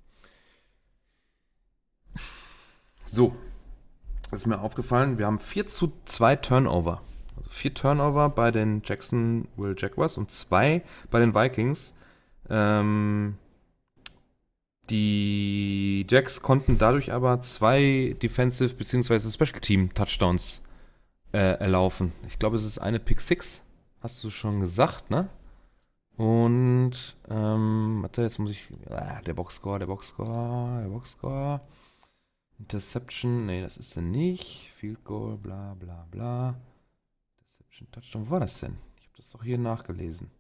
So, das ist mir aufgefallen, wir haben 4:2 Turnover. Also 4 Turnover bei den Jacksonville Jaguars und 2 bei den Vikings. Die Jacks konnten dadurch aber 2 Defensive bzw. Special Team Touchdowns erlaufen. Ich glaube, es ist eine Pick 6, hast du schon gesagt, ne? Und, warte, jetzt muss ich, der Boxscore. Interception, nee, das ist er nicht. Field Goal, bla bla bla. Interception, Touchdown, wo war das denn? Ich habe das doch hier nachgelesen.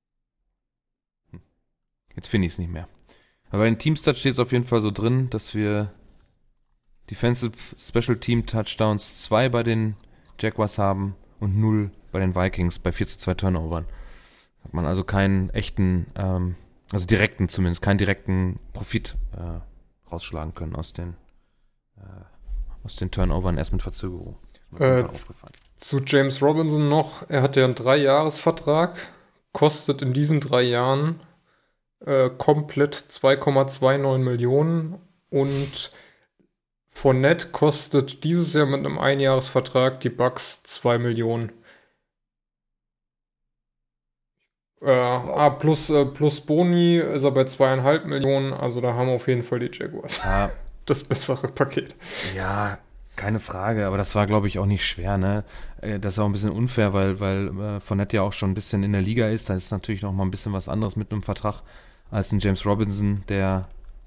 Jetzt finde ich es nicht mehr. Aber in Teamstat steht es auf jeden Fall so drin, dass wir Defensive Special Team Touchdowns 2 bei den Jaguars haben und 0 bei den Vikings bei 4:2 Turnovern. Hat man also keinen echten, also direkten zumindest, keinen direkten Profit rausschlagen können aus den Turnovern erst mit Verzögerung. Das ist mir aufgefallen. Zu James Robinson noch, er hat ja einen 3-Jahres-Vertrag, kostet in diesen 3 Jahren komplett 2,29 Millionen und Fournette kostet dieses Jahr mit einem Einjahresvertrag die Bucks 2 Millionen. Plus Boni ist er bei 2,5 Millionen, also da haben wir auf jeden Fall die Jaguars. Ja, Das bessere Paket. ja, keine Frage, aber das war, glaube ich, auch nicht schwer, ne? Das ist auch ein bisschen unfair, weil Fournette ja auch schon ein bisschen in der Liga ist. Da ist natürlich noch mal ein bisschen was anderes mit einem Vertrag als ein James Robinson, der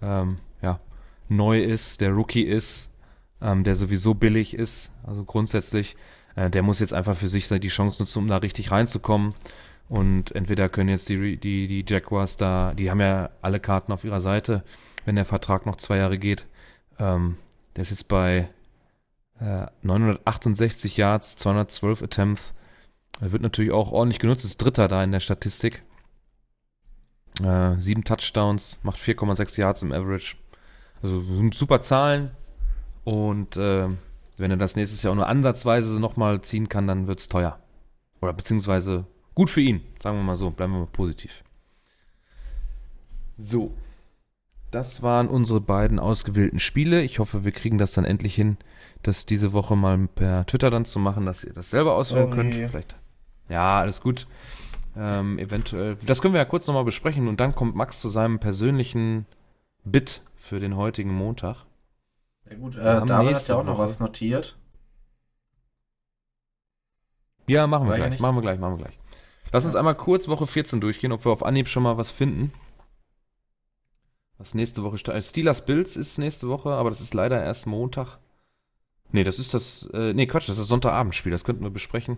neu ist, der Rookie ist, der sowieso billig ist. Also grundsätzlich, der muss jetzt einfach für sich die Chance nutzen, um da richtig reinzukommen. Und entweder können jetzt die Jaguars da, die haben ja alle Karten auf ihrer Seite, wenn der Vertrag noch 2 Jahre geht. Der ist jetzt bei 968 Yards, 212 Attempts. Er wird natürlich auch ordentlich genutzt, ist Dritter da in der Statistik. 7 Touchdowns, macht 4,6 Yards im Average. Also sind super Zahlen. Und wenn er das nächstes Jahr auch nur ansatzweise nochmal ziehen kann, dann wird es teuer. Oder beziehungsweise gut für ihn, sagen wir mal so. Bleiben wir mal positiv. So. Das waren unsere beiden ausgewählten Spiele. Ich hoffe, wir kriegen das dann endlich hin, das diese Woche mal per Twitter dann zu machen, dass ihr das selber auswählen könnt. Vielleicht. Ja, alles gut. Eventuell. Das können wir ja kurz nochmal besprechen und dann kommt Max zu seinem persönlichen Bit für den heutigen Montag. Ja gut, David hat ja auch noch was notiert. Ja, machen wir gleich. Lass uns einmal kurz Woche 14 durchgehen, ob wir auf Anhieb schon mal was finden. Was nächste Woche steht. Steelers Bills ist nächste Woche, aber das ist leider erst Montag. Nee, das ist das das ist das Sonntagabendspiel, das könnten wir besprechen.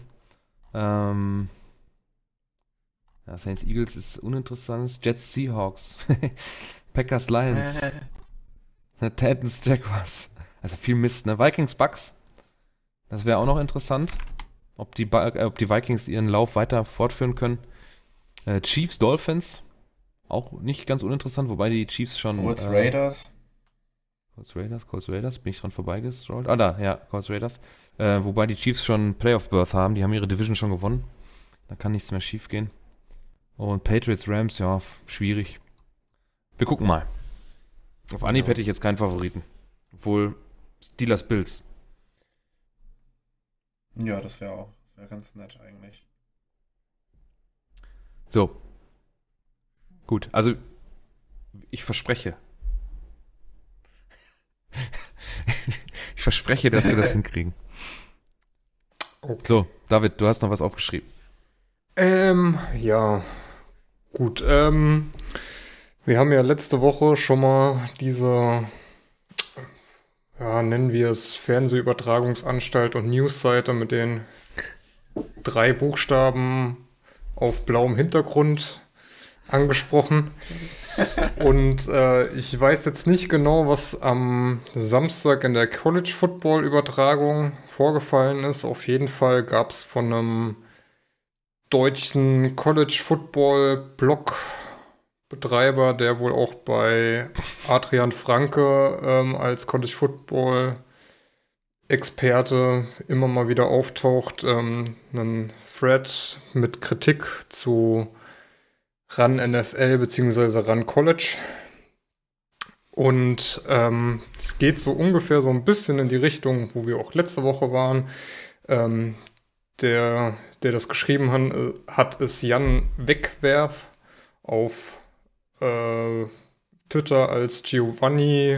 Saints Eagles ist uninteressant. Jets Seahawks. Packers Lions. Titans Jaguars. Also viel Mist, ne? Vikings Bucks. Das wäre auch noch interessant. Ob die Vikings ihren Lauf weiter fortführen können. Chiefs Dolphins. Auch nicht ganz uninteressant, wobei die Chiefs schon. Colts Raiders. Colts Raiders, bin ich dran vorbeigestrollt? Colts Raiders. Wobei die Chiefs schon Playoff Berth haben, die haben ihre Division schon gewonnen. Da kann nichts mehr schief gehen. Und Patriots Rams, ja, schwierig. Wir gucken mal. Auf Anhieb hätte ich jetzt keinen Favoriten. Obwohl Steelers Bills. Ja, das wäre ganz nett eigentlich. So. Gut, also ich verspreche. Ich verspreche, dass wir das hinkriegen. Okay. So, David, du hast noch was aufgeschrieben. Ja. Gut, wir haben ja letzte Woche schon mal diese, nennen wir es Fernsehübertragungsanstalt und Newsseite mit den 3 Buchstaben auf blauem Hintergrund angesprochen. Und ich weiß jetzt nicht genau, was am Samstag in der College-Football-Übertragung vorgefallen ist. Auf jeden Fall gab es von einem deutschen College-Football-Blog-Betreiber, der wohl auch bei Adrian Franke als College-Football-Experte immer mal wieder auftaucht, einen Thread mit Kritik zu Run NFL bzw. Run College. Und es geht so ungefähr so ein bisschen in die Richtung, wo wir auch letzte Woche waren. Der das geschrieben hat, ist Jan Wegwerf auf Twitter als Giovanni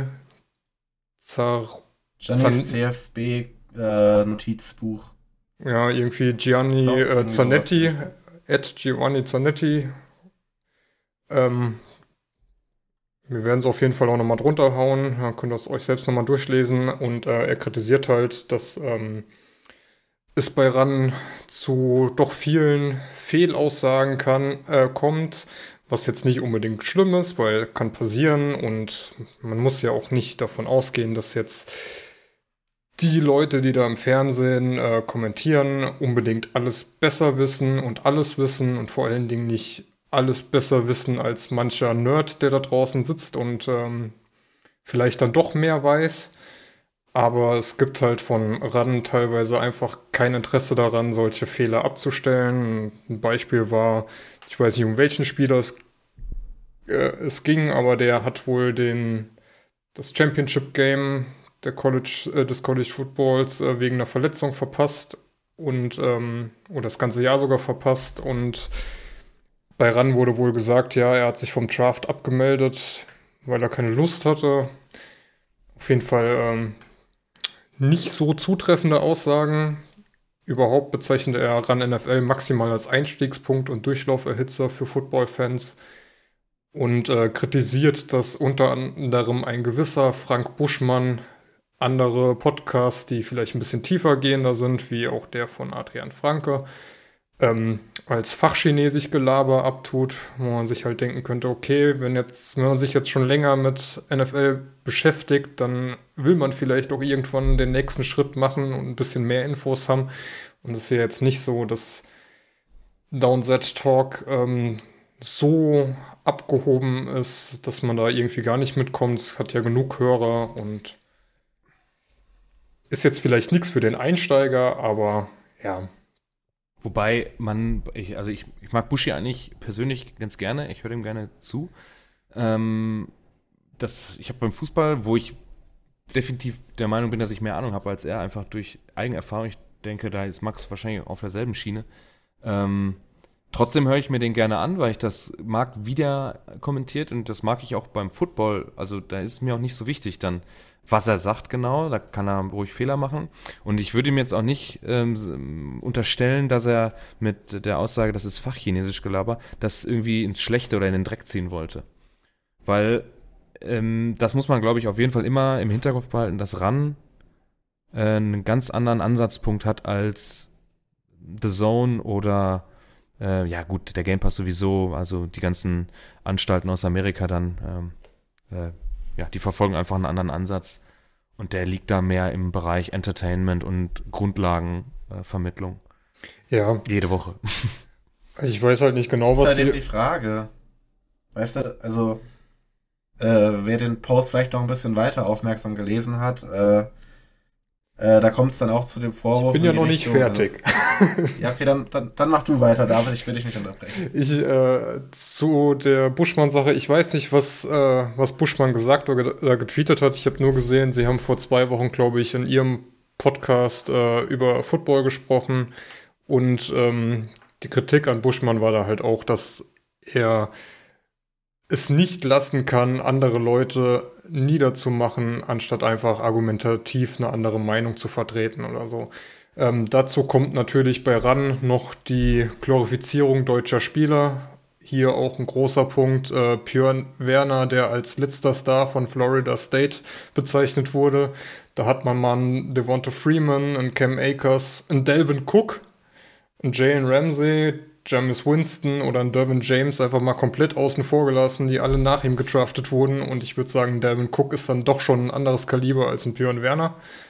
CFB Notizbuch. Ja, irgendwie Gianni Zanetti, @Giovanni Zanetti. Wir werden es auf jeden Fall auch nochmal drunter hauen. Dann könnt ihr es euch selbst nochmal durchlesen. Und er kritisiert halt, dass es bei RAN zu doch vielen Fehlaussagen kommt, was jetzt nicht unbedingt schlimm ist, weil kann passieren und man muss ja auch nicht davon ausgehen, dass jetzt die Leute, die da im Fernsehen kommentieren, unbedingt alles besser wissen und alles wissen und vor allen Dingen nicht alles besser wissen als mancher Nerd, der da draußen sitzt und vielleicht dann doch mehr weiß. Aber es gibt halt von RAN teilweise einfach kein Interesse daran, solche Fehler abzustellen. Ein Beispiel war, ich weiß nicht, um welchen Spieler es ging, aber der hat wohl das Championship Game des College Footballs wegen einer Verletzung verpasst oder das ganze Jahr sogar verpasst. Und bei RAN wurde wohl gesagt, ja, er hat sich vom Draft abgemeldet, weil er keine Lust hatte. Auf jeden Fall nicht so zutreffende Aussagen. Überhaupt bezeichnet er RAN NFL maximal als Einstiegspunkt und Durchlauferhitzer für Football-Fans und kritisiert, dass unter anderem ein gewisser Frank Buschmann andere Podcasts, die vielleicht ein bisschen tiefer gehender sind, wie auch der von Adrian Franke, als fachchinesisch Gelaber abtut, wo man sich halt denken könnte, okay, wenn man sich jetzt schon länger mit NFL beschäftigt, dann will man vielleicht auch irgendwann den nächsten Schritt machen und ein bisschen mehr Infos haben. Und es ist ja jetzt nicht so, dass Downset Talk so abgehoben ist, dass man da irgendwie gar nicht mitkommt. Es hat ja genug Hörer und ist jetzt vielleicht nichts für den Einsteiger, aber ja. Wobei ich mag Buschi eigentlich persönlich ganz gerne, ich höre dem gerne zu. Ich habe beim Fußball, wo ich definitiv der Meinung bin, dass ich mehr Ahnung habe als er, einfach durch Eigenerfahrung, ich denke, da ist Max wahrscheinlich auf derselben Schiene. Trotzdem höre ich mir den gerne an, weil ich das mag, wie der kommentiert, und das mag ich auch beim Football. Also da ist mir auch nicht so wichtig dann, was er sagt genau, da kann er ruhig Fehler machen. Und ich würde ihm jetzt auch nicht unterstellen, dass er mit der Aussage, das ist fachchinesisch Gelaber, das irgendwie ins Schlechte oder in den Dreck ziehen wollte. Weil das muss man, glaube ich, auf jeden Fall immer im Hinterkopf behalten, dass RAN einen ganz anderen Ansatzpunkt hat als The Zone oder ja gut, der Game Pass sowieso, also die ganzen Anstalten aus Amerika dann, die verfolgen einfach einen anderen Ansatz und der liegt da mehr im Bereich Entertainment und Grundlagenvermittlung. Ja. Jede Woche. Also ich weiß halt nicht genau, was das ist halt eben die Frage. Weißt du, also wer den Post vielleicht noch ein bisschen weiter aufmerksam gelesen hat, da kommt es dann auch zu dem Vorwurf. Ich bin ja noch nicht fertig. Ja, okay, dann mach du weiter, David, ich will dich nicht unterbrechen. Zu der Buschmann-Sache, ich weiß nicht, was Buschmann gesagt oder getweetet hat. Ich habe nur gesehen, sie haben vor 2 Wochen, glaube ich, in ihrem Podcast über Football gesprochen. Und die Kritik an Buschmann war da halt auch, dass er es nicht lassen kann, andere Leute niederzumachen, anstatt einfach argumentativ eine andere Meinung zu vertreten oder so. Dazu kommt natürlich bei RAN noch die Glorifizierung deutscher Spieler. Hier auch ein großer Punkt. Björn Werner, der als letzter Star von Florida State bezeichnet wurde. Da hat man mal einen Devonta Freeman, einen Cam Akers, einen Delvin Cook, einen Jalen Ramsey, Jameis Winston oder einen Derwin James einfach mal komplett außen vor gelassen, die alle nach ihm gedraftet wurden. Und ich würde sagen, Delvin Cook ist dann doch schon ein anderes Kaliber als ein Björn Werner.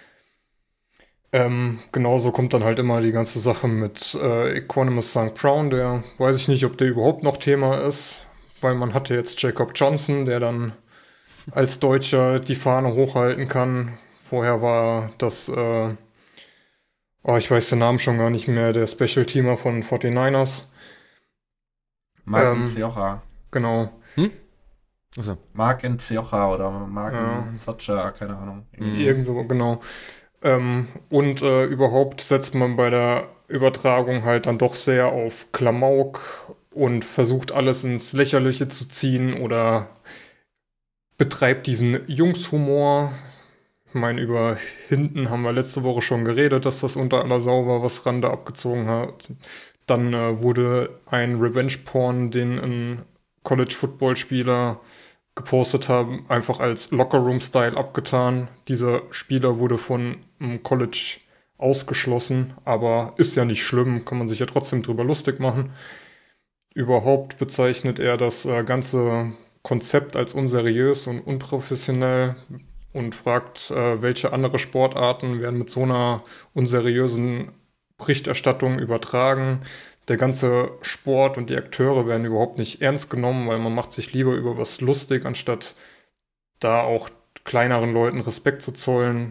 Genauso kommt dann halt immer die ganze Sache mit Equanimous St. Brown, der weiß ich nicht, ob der überhaupt noch Thema ist, weil man hatte jetzt Jacob Johnson, der dann als Deutscher die Fahne hochhalten kann. Vorher war das, ich weiß den Namen schon gar nicht mehr, der Special-Teamer von 49ers. Mark Nziocha. Genau. Also. Mark Nziocha oder Mark Nziocha, keine Ahnung. Irgendso, genau. Und überhaupt setzt man bei der Übertragung halt dann doch sehr auf Klamauk und versucht alles ins Lächerliche zu ziehen oder betreibt diesen Jungshumor. Ich meine, über Hinten haben wir letzte Woche schon geredet, dass das unter aller Sau war, was Rande abgezogen hat. Dann wurde ein Revenge-Porn, den ein College-Football-Spieler gepostet haben, einfach als Locker-Room-Style abgetan. Dieser Spieler wurde von einem College ausgeschlossen, aber ist ja nicht schlimm, kann man sich ja trotzdem drüber lustig machen. Überhaupt bezeichnet er das ganze Konzept als unseriös und unprofessionell und fragt, welche andere Sportarten werden mit so einer unseriösen Berichterstattung übertragen. Der ganze Sport und die Akteure werden überhaupt nicht ernst genommen, weil man macht sich lieber über was lustig, anstatt da auch kleineren Leuten Respekt zu zollen.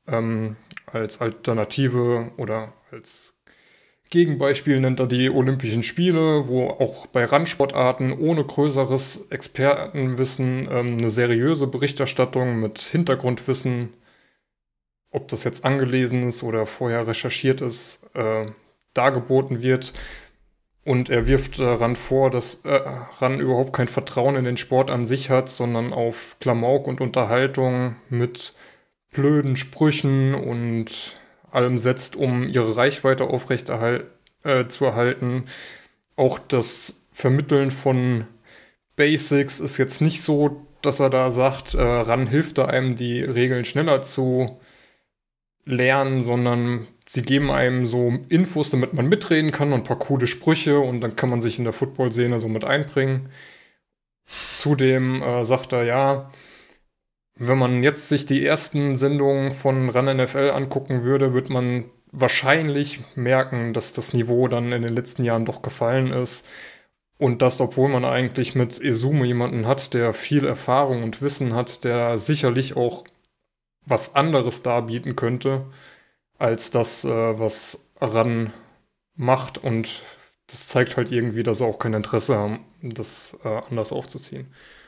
Als Alternative oder als Gegenbeispiel nennt er die Olympischen Spiele, wo auch bei Randsportarten ohne größeres Expertenwissen eine seriöse Berichterstattung mit Hintergrundwissen, ob das jetzt angelesen ist oder vorher recherchiert ist, dargeboten wird. Und er wirft Ran vor, dass Ran überhaupt kein Vertrauen in den Sport an sich hat, sondern auf Klamauk und Unterhaltung mit blöden Sprüchen und allem setzt, um ihre Reichweite zu erhalten. Auch das Vermitteln von Basics ist jetzt nicht so, dass er da sagt, Ran hilft da einem, die Regeln schneller zu lernen, sondern sie geben einem so Infos, damit man mitreden kann und ein paar coole Sprüche und dann kann man sich in der Football-Szene so mit einbringen. Zudem sagt er, ja, wenn man jetzt sich die ersten Sendungen von Ran NFL angucken würde, wird man wahrscheinlich merken, dass das Niveau dann in den letzten Jahren doch gefallen ist. Und das, obwohl man eigentlich mit Esume jemanden hat, der viel Erfahrung und Wissen hat, der sicherlich auch was anderes darbieten könnte, als das, was Ran macht. Und das zeigt halt irgendwie, dass sie auch kein Interesse haben, das anders aufzuziehen.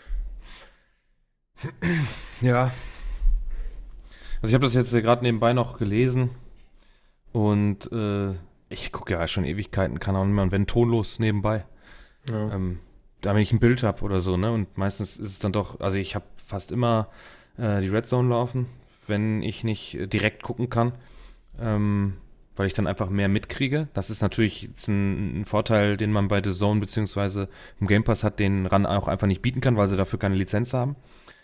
Ja. Also ich habe das jetzt gerade nebenbei noch gelesen und ich gucke ja schon Ewigkeiten, kann auch nicht mehr, und wenn tonlos nebenbei. Ja. Da wenn ich ein Bild habe oder so, ne? Und meistens ist es dann doch, also ich habe fast immer die Red Zone laufen, wenn ich nicht direkt gucken kann, weil ich dann einfach mehr mitkriege. Das ist natürlich jetzt ein Vorteil, den man bei The Zone beziehungsweise im Game Pass hat, den Ran auch einfach nicht bieten kann, weil sie dafür keine Lizenz haben.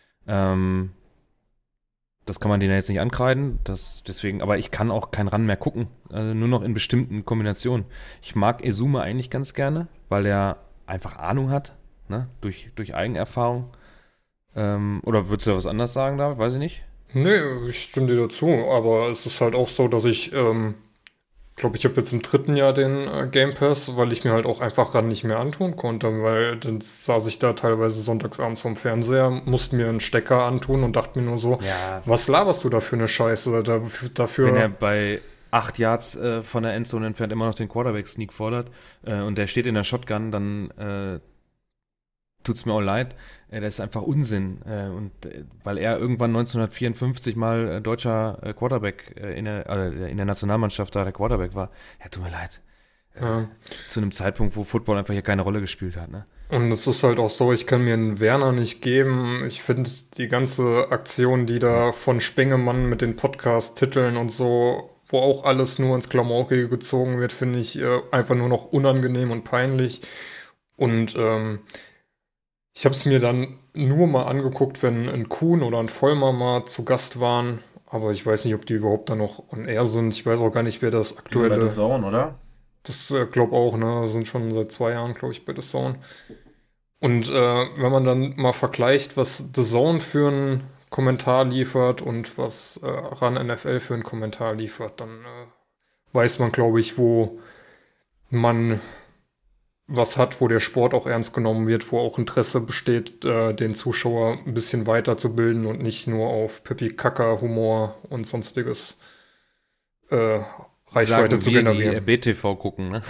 Das kann man denen ja jetzt nicht ankreiden, deswegen, aber ich kann auch kein Ran mehr gucken, nur noch in bestimmten Kombinationen. Ich mag Esume eigentlich ganz gerne, weil er einfach Ahnung hat, ne? Durch Eigenerfahrung. Oder würdest du was anderes sagen, David? Weiß ich nicht. Nee, ich stimme dir dazu, aber es ist halt auch so, dass ich glaube, ich habe jetzt im 3. Jahr den Game Pass, weil ich mir halt auch einfach Ran nicht mehr antun konnte, weil dann saß ich da teilweise sonntagsabends vom Fernseher, musste mir einen Stecker antun und dachte mir nur so, Ja. Was laberst du da für eine Scheiße? Dafür Wenn er bei 8 Yards von der Endzone entfernt immer noch den Quarterback-Sneak fordert und der steht in der Shotgun, dann tut's mir auch leid. Das ist einfach Unsinn. Weil er irgendwann 1954 mal deutscher Quarterback in der Nationalmannschaft da der Quarterback war. Ja, tut mir leid. Ja. Zu einem Zeitpunkt, wo Football einfach hier keine Rolle gespielt hat. Ne? Und es ist halt auch so, ich kann mir einen Werner nicht geben. Ich finde die ganze Aktion, die da von Spengemann mit den Podcast-Titeln und so, wo auch alles nur ins Klamaukige gezogen wird, finde ich einfach nur noch unangenehm und peinlich. Und ich habe es mir dann nur mal angeguckt, wenn ein Kuhn oder ein Vollmer mal zu Gast waren. Aber ich weiß nicht, ob die überhaupt da noch on air sind. Ich weiß auch gar nicht, wer das aktuelle... Bei The Zone, oder? Das glaube auch, ne? Sind schon seit 2 Jahren, glaube ich, bei The Zone. Und wenn man dann mal vergleicht, was The Zone für einen Kommentar liefert und was Ran NFL für einen Kommentar liefert, dann weiß man, glaube ich, wo man was hat, wo der Sport auch ernst genommen wird, wo auch Interesse besteht, den Zuschauer ein bisschen weiterzubilden und nicht nur auf Pipi-Kaka-Humor und sonstiges Reichweite zu generieren. Die BTV gucken, ne?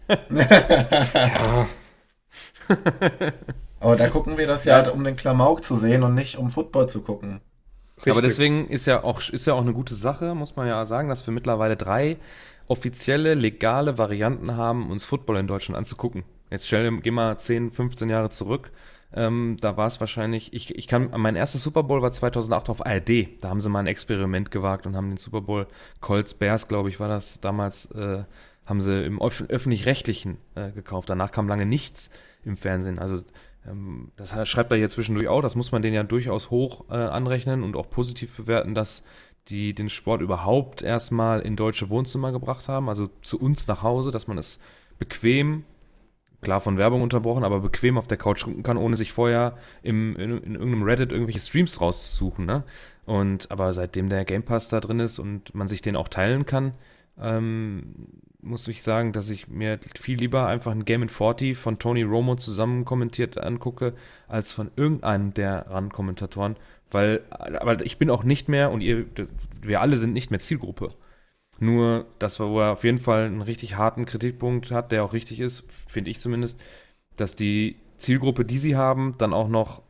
Ja, Aber da gucken wir das ja, um den Klamauk zu sehen und nicht um Football zu gucken. richtig. Aber deswegen ist ja auch eine gute Sache, muss man ja sagen, dass wir mittlerweile 3 offizielle, legale Varianten haben, uns Football in Deutschland anzugucken. Jetzt geh mal 10, 15 Jahre zurück. Da war es wahrscheinlich, mein erstes Super Bowl war 2008 auf ARD. Da haben sie mal ein Experiment gewagt und haben den Super Bowl Colts Bears, glaube ich, war das damals, haben sie im Öffentlich-Rechtlichen gekauft. Danach kam lange nichts im Fernsehen. Also das schreibt er hier zwischendurch auch. Das muss man denen ja durchaus hoch anrechnen und auch positiv bewerten, dass die den Sport überhaupt erstmal in deutsche Wohnzimmer gebracht haben, also zu uns nach Hause, dass man es bequem, klar von Werbung unterbrochen, aber bequem auf der Couch gucken kann, ohne sich vorher in irgendeinem Reddit irgendwelche Streams rauszusuchen. Ne? Aber seitdem der Game Pass da drin ist und man sich den auch teilen kann, muss ich sagen, dass ich mir viel lieber einfach ein Game in 40 von Tony Romo zusammen kommentiert angucke, als von irgendeinem der RAN-Kommentatoren, aber ich bin auch nicht mehr, und wir alle sind nicht mehr Zielgruppe. Nur, wo er auf jeden Fall einen richtig harten Kritikpunkt hat, der auch richtig ist, finde ich zumindest, dass die Zielgruppe, die sie haben, dann auch noch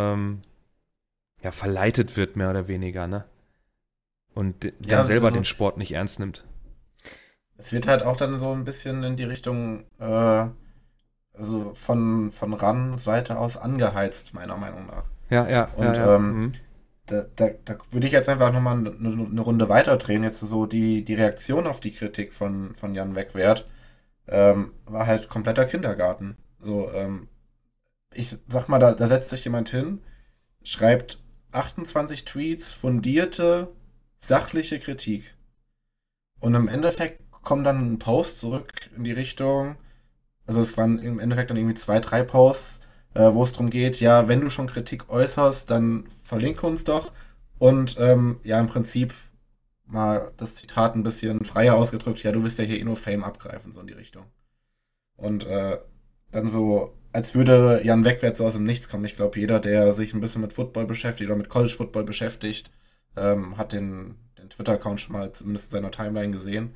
verleitet wird, mehr oder weniger, ne? Und dann selber den Sport nicht ernst nimmt. Es wird halt auch dann so ein bisschen in die Richtung also von RAN-Seite aus angeheizt, meiner Meinung nach. Ja. Und da würde ich jetzt einfach nochmal eine Runde weiter drehen. Jetzt so die Reaktion auf die Kritik von Jan Wegwert war halt kompletter Kindergarten. So, ich sag mal, da setzt sich jemand hin, schreibt 28 Tweets, fundierte, sachliche Kritik. Und im Endeffekt kommt dann ein Post zurück in die Richtung, also es waren im Endeffekt dann irgendwie 2, 3 Posts, wo es darum geht, ja, wenn du schon Kritik äußerst, dann verlinke uns doch. Und im Prinzip mal das Zitat ein bisschen freier ausgedrückt, ja, du willst ja hier nur Fame abgreifen, so in die Richtung. Und dann so, als würde Jan Wegwert so aus dem Nichts kommen. Ich glaube, jeder, der sich ein bisschen mit Football beschäftigt oder mit College Football beschäftigt, hat den Twitter-Account schon mal zumindest in seiner Timeline gesehen.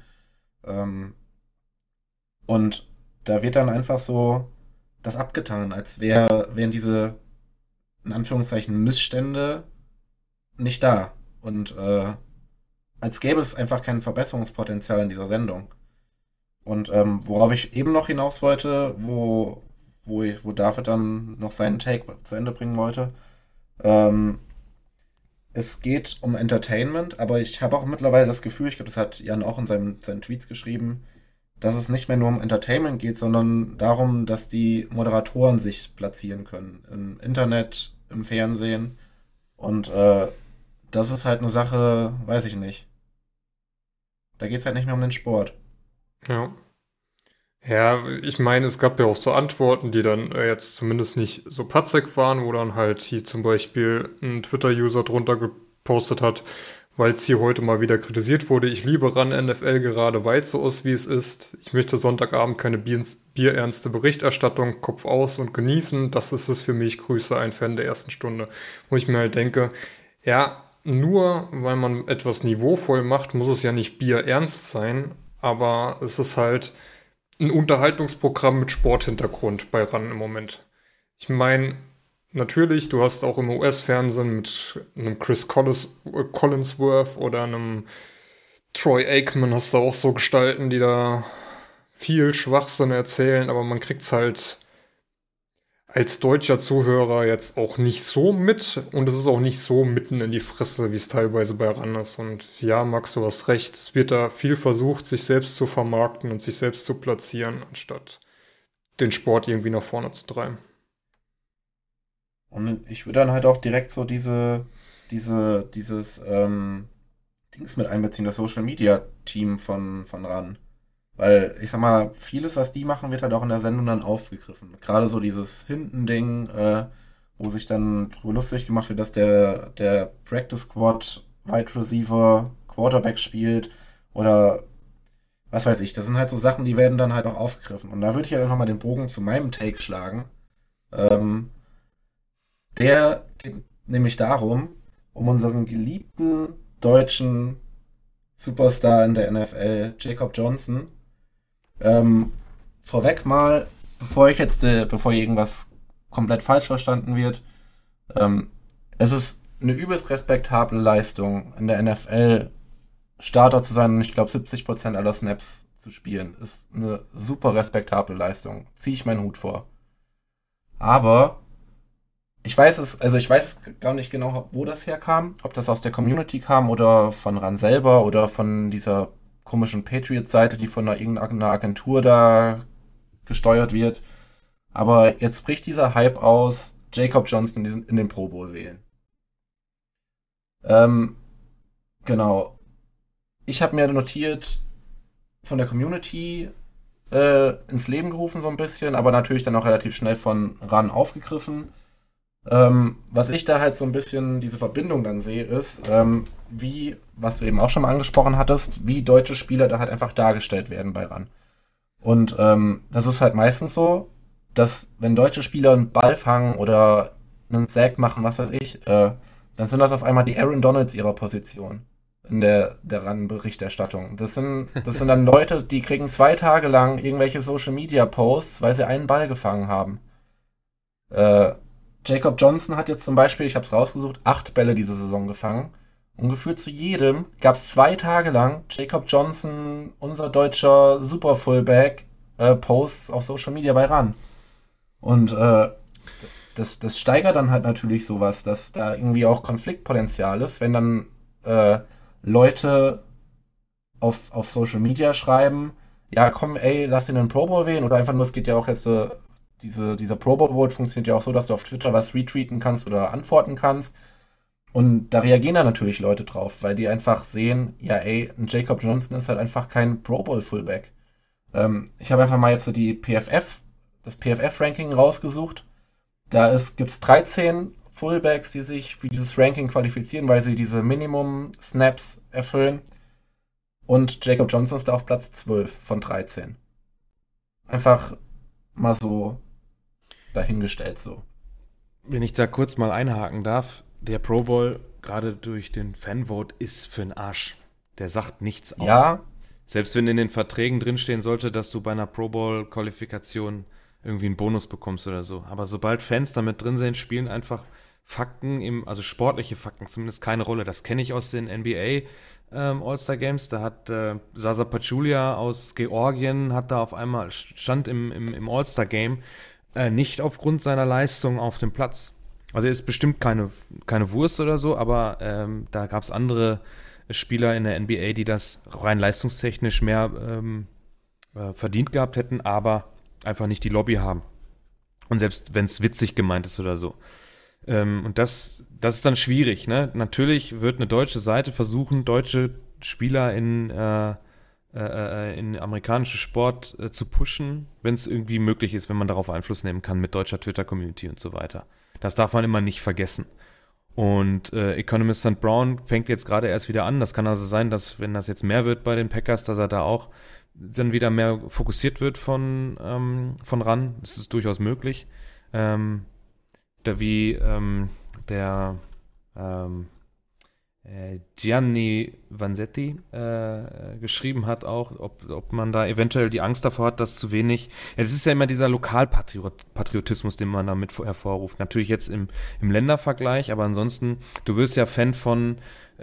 Und da wird dann einfach so das abgetan, als wären diese, in Anführungszeichen, Missstände nicht da. Und als gäbe es einfach kein Verbesserungspotenzial in dieser Sendung. Und worauf ich eben noch hinaus wollte, wo David dann noch seinen Take zu Ende bringen wollte, es geht um Entertainment, aber ich habe auch mittlerweile das Gefühl, ich glaube, das hat Jan auch in seinen Tweets geschrieben, dass es nicht mehr nur um Entertainment geht, sondern darum, dass die Moderatoren sich platzieren können. Im Internet, im Fernsehen. Und das ist halt eine Sache, weiß ich nicht. Da geht es halt nicht mehr um den Sport. Ja. Ja, ich meine, es gab ja auch so Antworten, die dann jetzt zumindest nicht so patzig waren, wo dann halt hier zum Beispiel ein Twitter-User drunter gepostet hat, weil es hier heute mal wieder kritisiert wurde. Ich liebe RAN NFL gerade, weil es so ist, wie es ist. Ich möchte Sonntagabend keine bierernste Berichterstattung, Kopf aus und genießen. Das ist es für mich. Grüße, ein Fan der ersten Stunde. Wo ich mir halt denke, ja, nur weil man etwas niveauvoll macht, muss es ja nicht bierernst sein. Aber es ist halt ein Unterhaltungsprogramm mit Sporthintergrund bei RAN im Moment. Ich meine, natürlich, du hast auch im US-Fernsehen mit einem Chris Collinsworth oder einem Troy Aikman hast du auch so Gestalten, die da viel Schwachsinn erzählen, aber man kriegt es halt als deutscher Zuhörer jetzt auch nicht so mit und es ist auch nicht so mitten in die Fresse, wie es teilweise bei RAN ist. Und ja, Max, du hast recht, es wird da viel versucht, sich selbst zu vermarkten und sich selbst zu platzieren, anstatt den Sport irgendwie nach vorne zu treiben. Und ich würde dann halt auch direkt so dieses Dings mit einbeziehen, das Social Media Team von RAN. Weil, ich sag mal, vieles, was die machen, wird halt auch in der Sendung dann aufgegriffen. Gerade so dieses Hinten-Ding, wo sich dann drüber lustig gemacht wird, dass der Practice Squad Wide Receiver Quarterback spielt oder was weiß ich. Das sind halt so Sachen, die werden dann halt auch aufgegriffen. Und da würde ich halt einfach mal den Bogen zu meinem Take schlagen. Der geht nämlich darum, um unseren geliebten deutschen Superstar in der NFL, Jacob Johnson. Vorweg mal, bevor irgendwas komplett falsch verstanden wird, es ist eine übelst respektable Leistung in der NFL, Starter zu sein und ich glaube 70% aller Snaps zu spielen. Ist eine super respektable Leistung. Ziehe ich meinen Hut vor. Aber ich weiß gar nicht genau, wo das herkam, ob das aus der Community kam oder von RAN selber oder von dieser komischen Patriots-Seite, die von irgendeiner Agentur da gesteuert wird. Aber jetzt bricht dieser Hype aus, Jacob Johnson in den Pro Bowl wählen. Genau. Ich habe mir notiert, von der Community ins Leben gerufen so ein bisschen, aber natürlich dann auch relativ schnell von RAN aufgegriffen. Was ich da halt so ein bisschen diese Verbindung dann sehe, ist, wie, was du eben auch schon mal angesprochen hattest, wie deutsche Spieler da halt einfach dargestellt werden bei RAN. Und das ist halt meistens so, dass wenn deutsche Spieler einen Ball fangen oder einen Sack machen, was weiß ich, dann sind das auf einmal die Aaron Donalds ihrer Position in der RAN-Berichterstattung. Das sind dann Leute, die kriegen 2 Tage lang irgendwelche Social-Media-Posts, weil sie einen Ball gefangen haben. Äh, Jacob Johnson hat jetzt zum Beispiel, ich habe es rausgesucht, 8 Bälle diese Saison gefangen. Und gefühlt zu jedem gab es 2 Tage lang Jacob Johnson, unser deutscher Super-Fullback, Posts auf Social Media bei RAN. Und das steigert dann halt natürlich sowas, dass da irgendwie auch Konfliktpotenzial ist, wenn dann Leute auf Social Media schreiben, ja komm, ey, lass ihn den Pro Bowl wählen oder einfach nur, es geht ja auch jetzt, dieser Pro Bowl Vote funktioniert ja auch so, dass du auf Twitter was retweeten kannst oder antworten kannst. Und da reagieren dann natürlich Leute drauf, weil die einfach sehen, ja ey, ein Jacob Johnson ist halt einfach kein Pro Bowl Fullback. Ich habe einfach mal jetzt so das PFF-Ranking rausgesucht. Gibt's 13 Fullbacks, die sich für dieses Ranking qualifizieren, weil sie diese Minimum-Snaps erfüllen. Und Jacob Johnson ist da auf Platz 12 von 13. Einfach mal so dahingestellt so. Wenn ich da kurz mal einhaken darf, der Pro Bowl, gerade durch den Fanvote, ist für den Arsch. Der sagt nichts aus. Ja, Selbst wenn in den Verträgen drinstehen sollte, dass du bei einer Pro Bowl-Qualifikation irgendwie einen Bonus bekommst oder so. Aber sobald Fans damit drin sind, spielen einfach Fakten, also sportliche Fakten zumindest keine Rolle. Das kenne ich aus den NBA All-Star Games. Da hat Zaza Pachulia aus Georgien, hat da auf einmal, stand im All-Star Game, nicht aufgrund seiner Leistung auf dem Platz. Also er ist bestimmt keine Wurst oder so, aber da gab es andere Spieler in der NBA, die das rein leistungstechnisch mehr verdient gehabt hätten, aber einfach nicht die Lobby haben. Und selbst wenn es witzig gemeint ist oder so. Und das ist dann schwierig, ne? Natürlich wird eine deutsche Seite versuchen, deutsche Spieler in amerikanische Sport zu pushen, wenn es irgendwie möglich ist, wenn man darauf Einfluss nehmen kann mit deutscher Twitter-Community und so weiter. Das darf man immer nicht vergessen. Und Economist St. Brown fängt jetzt gerade erst wieder an. Das kann also sein, dass, wenn das jetzt mehr wird bei den Packers, dass er da auch dann wieder mehr fokussiert wird von RAN. Das ist durchaus möglich. Da wie der Gianni Vanzetti geschrieben hat auch, ob man da eventuell die Angst davor hat, dass zu wenig, es ist ja immer dieser Lokalpatriotismus, den man damit hervorruft. Natürlich jetzt im Ländervergleich, aber ansonsten, du wirst ja Fan vom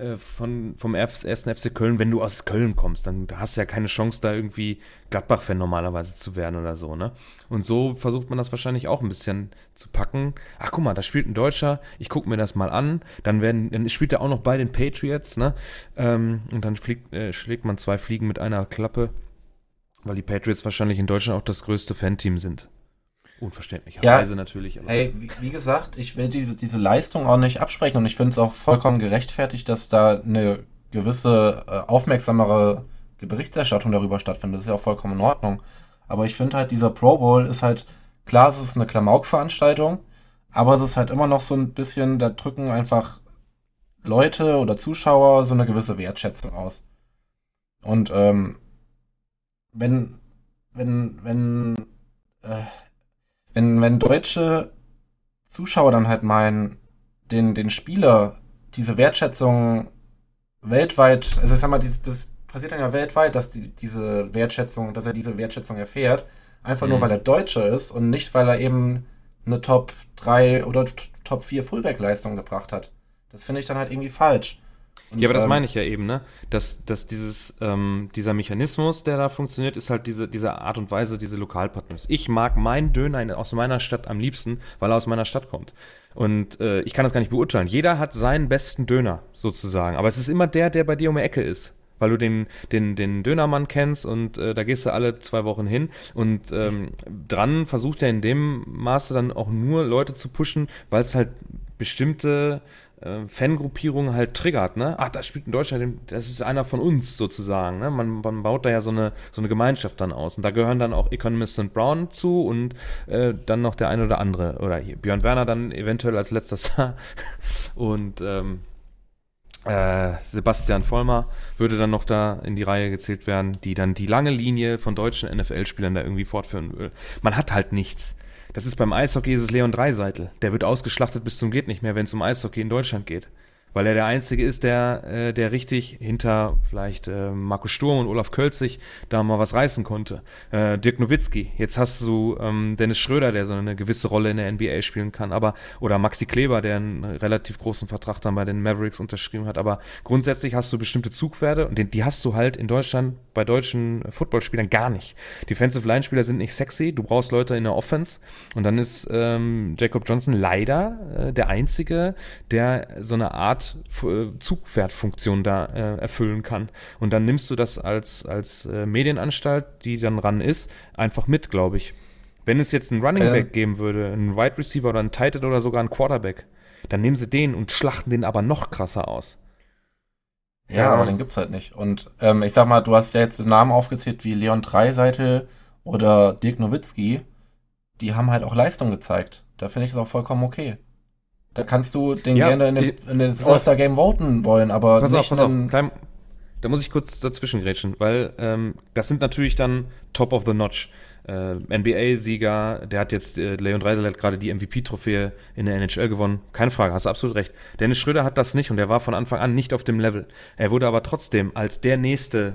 1. FC Köln, wenn du aus Köln kommst, dann hast du ja keine Chance, da irgendwie Gladbach-Fan normalerweise zu werden oder so, ne? Und so versucht man das wahrscheinlich auch ein bisschen zu packen. Ach, guck mal, da spielt ein Deutscher, ich gucke mir das mal an, dann spielt er auch noch bei den Patriots, ne? Und dann schlägt man 2 Fliegen mit einer Klappe, weil die Patriots wahrscheinlich in Deutschland auch das größte Fanteam sind. Unverständlicherweise natürlich. Aber Ey, wie gesagt, ich will diese Leistung auch nicht absprechen und ich finde es auch vollkommen gerechtfertigt, dass da eine gewisse aufmerksamere Berichterstattung darüber stattfindet. Das ist ja auch vollkommen in Ordnung. Aber ich finde halt, dieser Pro Bowl ist halt, klar, es ist eine Klamauk-Veranstaltung, aber es ist halt immer noch so ein bisschen, da drücken einfach Leute oder Zuschauer so eine gewisse Wertschätzung aus. Und wenn, wenn, äh, wenn deutsche Zuschauer dann halt meinen, den Spieler diese Wertschätzung weltweit, also ich sag mal, das passiert dann ja weltweit, dass dass er diese Wertschätzung erfährt, einfach nur weil er Deutscher ist und nicht, weil er eben eine Top 3 oder Top 4 Fullback-Leistung gebracht hat. Das finde ich dann halt irgendwie falsch. Und, ja, aber das meine ich ja eben, ne? Dass dieser Mechanismus, der da funktioniert, ist halt diese Art und Weise, diese Lokalpatriotismus. Ich mag meinen Döner aus meiner Stadt am liebsten, weil er aus meiner Stadt kommt. Und ich kann das gar nicht beurteilen. Jeder hat seinen besten Döner, sozusagen. Aber es ist immer der bei dir um die Ecke ist. Weil du den Dönermann kennst und da gehst du alle 2 Wochen hin. Und dran versucht er in dem Maße dann auch nur Leute zu pushen, weil es halt bestimmte Fangruppierungen halt triggert, ne? Ach, da spielt in Deutschland, das ist einer von uns sozusagen, ne? Man baut da ja so eine Gemeinschaft dann aus. Und da gehören dann auch Economist und Brown zu und dann noch der eine oder andere. Oder hier, Björn Werner dann eventuell als letzter Star. Und Sebastian Vollmer würde dann noch da in die Reihe gezählt werden, die dann die lange Linie von deutschen NFL-Spielern da irgendwie fortführen will. Man hat halt nichts. Das ist beim Eishockey, ist es Leon Dreiseitel. Der wird ausgeschlachtet bis zum geht nicht mehr, wenn es um Eishockey in Deutschland geht. Weil er der Einzige ist, der richtig hinter vielleicht Markus Sturm und Olaf Kölzig da mal was reißen konnte. Dirk Nowitzki, jetzt hast du Dennis Schröder, der so eine gewisse Rolle in der NBA spielen kann, oder Maxi Kleber, der einen relativ großen Vertrag dann bei den Mavericks unterschrieben hat, aber grundsätzlich hast du bestimmte Zugpferde und die hast du halt in Deutschland bei deutschen Footballspielern gar nicht. Defensive Line-Spieler sind nicht sexy, du brauchst Leute in der Offense und dann ist Jacob Johnson leider der Einzige, der so eine Art Zugpferdfunktion da erfüllen kann. Und dann nimmst du das als Medienanstalt, die dann ran ist, einfach mit, glaube ich. Wenn es jetzt einen Running Back geben würde, einen Wide Receiver oder einen Tight End oder sogar einen Quarterback, dann nehmen sie den und schlachten den aber noch krasser aus. Ja, aber den gibt's halt nicht. Und ich sag mal, du hast ja jetzt Namen aufgezählt wie Leon Dreiseitel oder Dirk Nowitzki. Die haben halt auch Leistung gezeigt. Da finde ich es auch vollkommen okay. Da kannst du den gerne in das All-Star-Game voten wollen, aber pass nicht auf. Da muss ich kurz dazwischen grätschen, weil das sind natürlich dann Top of the Notch. NBA-Sieger, der hat jetzt, Leon Dreiseitel hat gerade die MVP-Trophäe in der NHL gewonnen. Keine Frage, hast du absolut recht. Dennis Schröder hat das nicht und er war von Anfang an nicht auf dem Level. Er wurde aber trotzdem als der nächste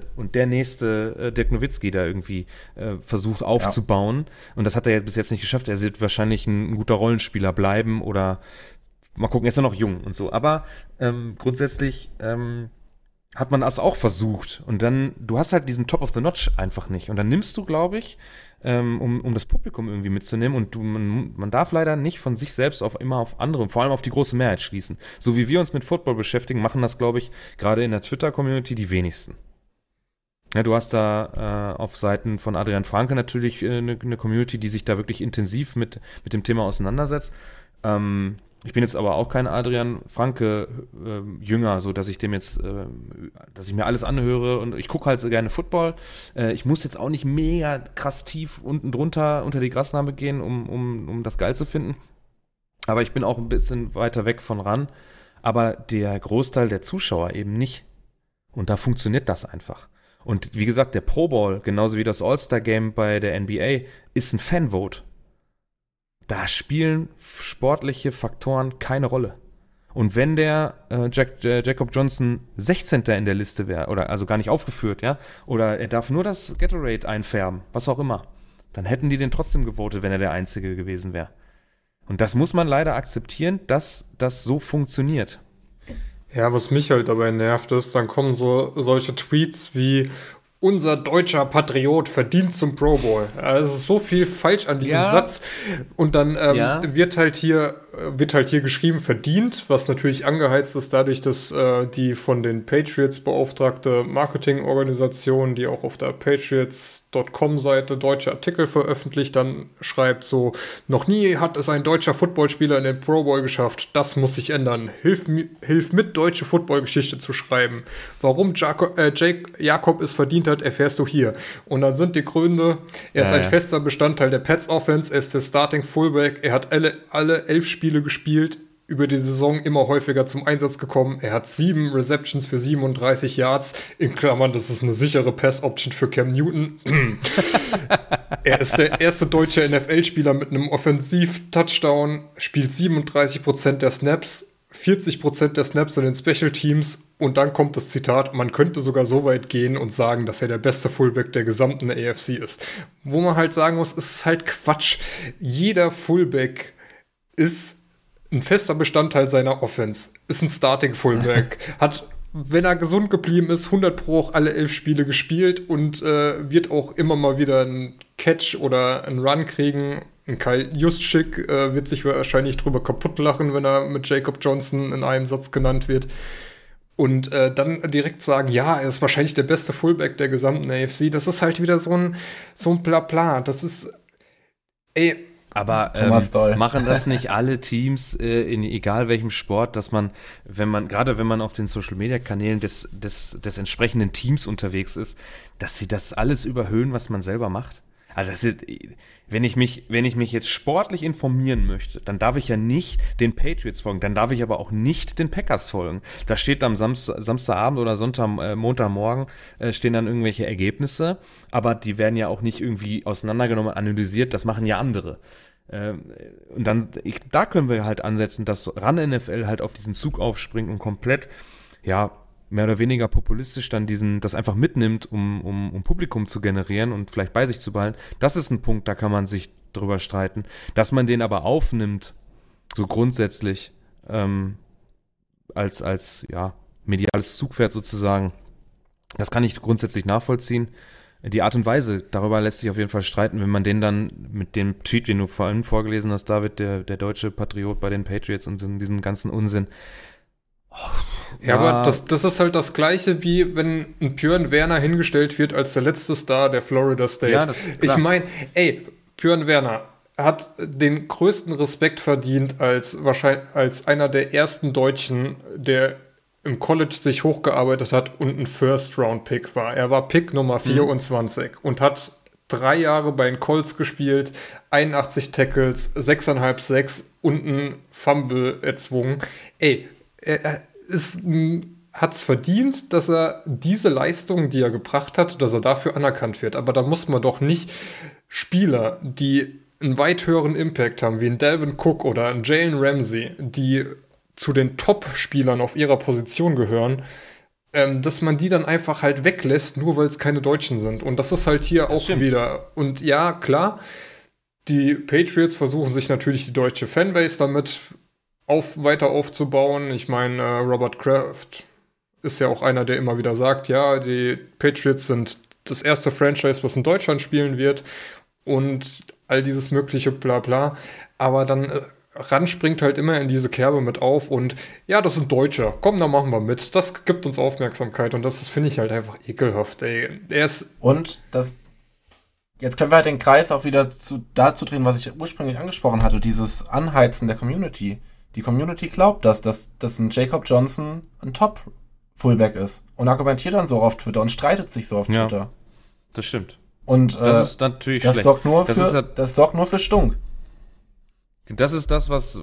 Dirk Nowitzki da irgendwie versucht aufzubauen. Und das hat er bis jetzt nicht geschafft. Er wird wahrscheinlich ein guter Rollenspieler bleiben oder mal gucken, er ist ja noch jung und so. Aber grundsätzlich hat man das auch versucht. Und dann, du hast halt diesen Top of the Notch einfach nicht. Und dann nimmst du, glaube ich, um das Publikum irgendwie mitzunehmen. Und man darf leider nicht von sich selbst immer auf andere, vor allem auf die große Mehrheit schließen. So wie wir uns mit Football beschäftigen, machen das, glaube ich, gerade in der Twitter-Community die wenigsten. Ja, du hast da auf Seiten von Adrian Franke natürlich eine Community, die sich da wirklich intensiv mit dem Thema auseinandersetzt. Ich bin jetzt aber auch kein Adrian Franke Jünger, so dass ich dem jetzt, dass ich mir alles anhöre und ich gucke halt so gerne Football. Ich muss jetzt auch nicht mega krass tief unten drunter unter die Grasnarbe gehen, um das geil zu finden. Aber ich bin auch ein bisschen weiter weg von ran. Aber der Großteil der Zuschauer eben nicht. Und da funktioniert das einfach. Und wie gesagt, der Pro Bowl, genauso wie das All-Star-Game bei der NBA, ist ein Fanvote. Da spielen sportliche Faktoren keine Rolle. Und wenn der Jacob Johnson 16. in der Liste wäre, oder also gar nicht aufgeführt, ja, oder er darf nur das Gatorade einfärben, was auch immer, dann hätten die den trotzdem gewotet, wenn er der Einzige gewesen wäre. Und das muss man leider akzeptieren, dass das so funktioniert. Ja, was mich halt dabei nervt ist, dann kommen solche Tweets wie unser deutscher Patriot verdient zum Pro Bowl. Also es ist so viel falsch an diesem Satz. Und dann wird halt hier geschrieben verdient, was natürlich angeheizt ist dadurch, dass die von den Patriots beauftragte Marketingorganisation, die auch auf der Patriots.com-Seite deutsche Artikel veröffentlicht, dann schreibt so, noch nie hat es ein deutscher Footballspieler in den Pro Bowl geschafft. Das muss sich ändern. Hilf mit, deutsche Footballgeschichte zu schreiben. Warum Jakob es verdient hat, erfährst du hier. Und dann sind die Gründe, er ist ein fester Bestandteil der Pats Offense, er ist der Starting Fullback, er hat alle 11 Spiele gespielt, über die Saison immer häufiger zum Einsatz gekommen, er hat 7 Receptions für 37 Yards, in Klammern, das ist eine sichere Pass-Option für Cam Newton. Er ist der erste deutsche NFL-Spieler mit einem Offensiv-Touchdown, spielt 37% der Snaps, 40% der Snaps in den Special Teams und dann kommt das Zitat, man könnte sogar so weit gehen und sagen, dass er der beste Fullback der gesamten AFC ist. Wo man halt sagen muss, es ist halt Quatsch. Jeder Fullback ist ein fester Bestandteil seiner Offense, ist ein Starting Fullback, hat, wenn er gesund geblieben ist, 100 Pro auch alle 11 Spiele gespielt und wird auch immer mal wieder einen Catch oder einen Run kriegen. Ein Kyle Juszczyk wird sich wahrscheinlich drüber kaputt lachen, wenn er mit Jacob Johnson in einem Satz genannt wird. Und dann direkt sagen, ja, er ist wahrscheinlich der beste Fullback der gesamten AFC. Das ist halt wieder so ein Blabla. Das ist, Aber Thomas Doll. machen das nicht alle Teams in egal welchem Sport, dass man, gerade wenn man auf den Social-Media-Kanälen des entsprechenden Teams unterwegs ist, dass sie das alles überhöhen, was man selber macht? Also wenn ich mich jetzt sportlich informieren möchte, dann darf ich ja nicht den Patriots folgen, dann darf ich aber auch nicht den Packers folgen. Da steht am Samstagabend oder Montagmorgen stehen dann irgendwelche Ergebnisse, aber die werden ja auch nicht irgendwie auseinandergenommen, analysiert, das machen ja andere. Und dann, da können wir halt ansetzen, dass RAN NFL halt auf diesen Zug aufspringt und komplett, ja, mehr oder weniger populistisch dann das einfach mitnimmt, um Publikum zu generieren und vielleicht bei sich zu behalten. Das ist ein Punkt, da kann man sich drüber streiten. Dass man den aber aufnimmt, so grundsätzlich, als mediales Zugpferd sozusagen, das kann ich grundsätzlich nachvollziehen. Die Art und Weise, darüber lässt sich auf jeden Fall streiten, wenn man den dann mit dem Tweet, den du vorhin vorgelesen hast, David, der deutsche Patriot bei den Patriots und in diesem ganzen Unsinn. Ja, aber das ist halt das Gleiche, wie wenn ein Björn Werner hingestellt wird als der letzte Star der Florida State. Ja, ich meine, Björn Werner hat den größten Respekt verdient als einer der ersten Deutschen, der im College sich hochgearbeitet hat und ein First-Round-Pick war. Er war Pick Nummer 24 und hat 3 Jahre bei den Colts gespielt, 81 Tackles, 6,5 Sacks und ein Fumble erzwungen. Er hat es verdient, dass er diese Leistung, die er gebracht hat, dass er dafür anerkannt wird. Aber da muss man doch nicht Spieler, die einen weit höheren Impact haben, wie ein Dalvin Cook oder ein Jalen Ramsey, die zu den Top-Spielern auf ihrer Position gehören, dass man die dann einfach halt weglässt, nur weil es keine Deutschen sind. Und das ist halt hier auch wieder. Und ja, klar, die Patriots versuchen sich natürlich die deutsche Fanbase damit weiter aufzubauen. Ich meine, Robert Kraft ist ja auch einer, der immer wieder sagt, ja, die Patriots sind das erste Franchise, was in Deutschland spielen wird und all dieses mögliche Blabla. Aber dann RAN springt halt immer in diese Kerbe mit auf und ja, das sind Deutsche. Komm, da machen wir mit. Das gibt uns Aufmerksamkeit und das finde ich halt einfach ekelhaft, ey. Jetzt können wir halt den Kreis auch wieder dazu drehen, was ich ursprünglich angesprochen hatte, dieses Anheizen der Community. Die Community glaubt dass ein Jacob Johnson ein Top-Fullback ist und argumentiert dann so auf Twitter und streitet sich so auf Twitter. Ja, das stimmt. Und das ist natürlich das schlecht. Das sorgt nur für Stunk. Das ist das, was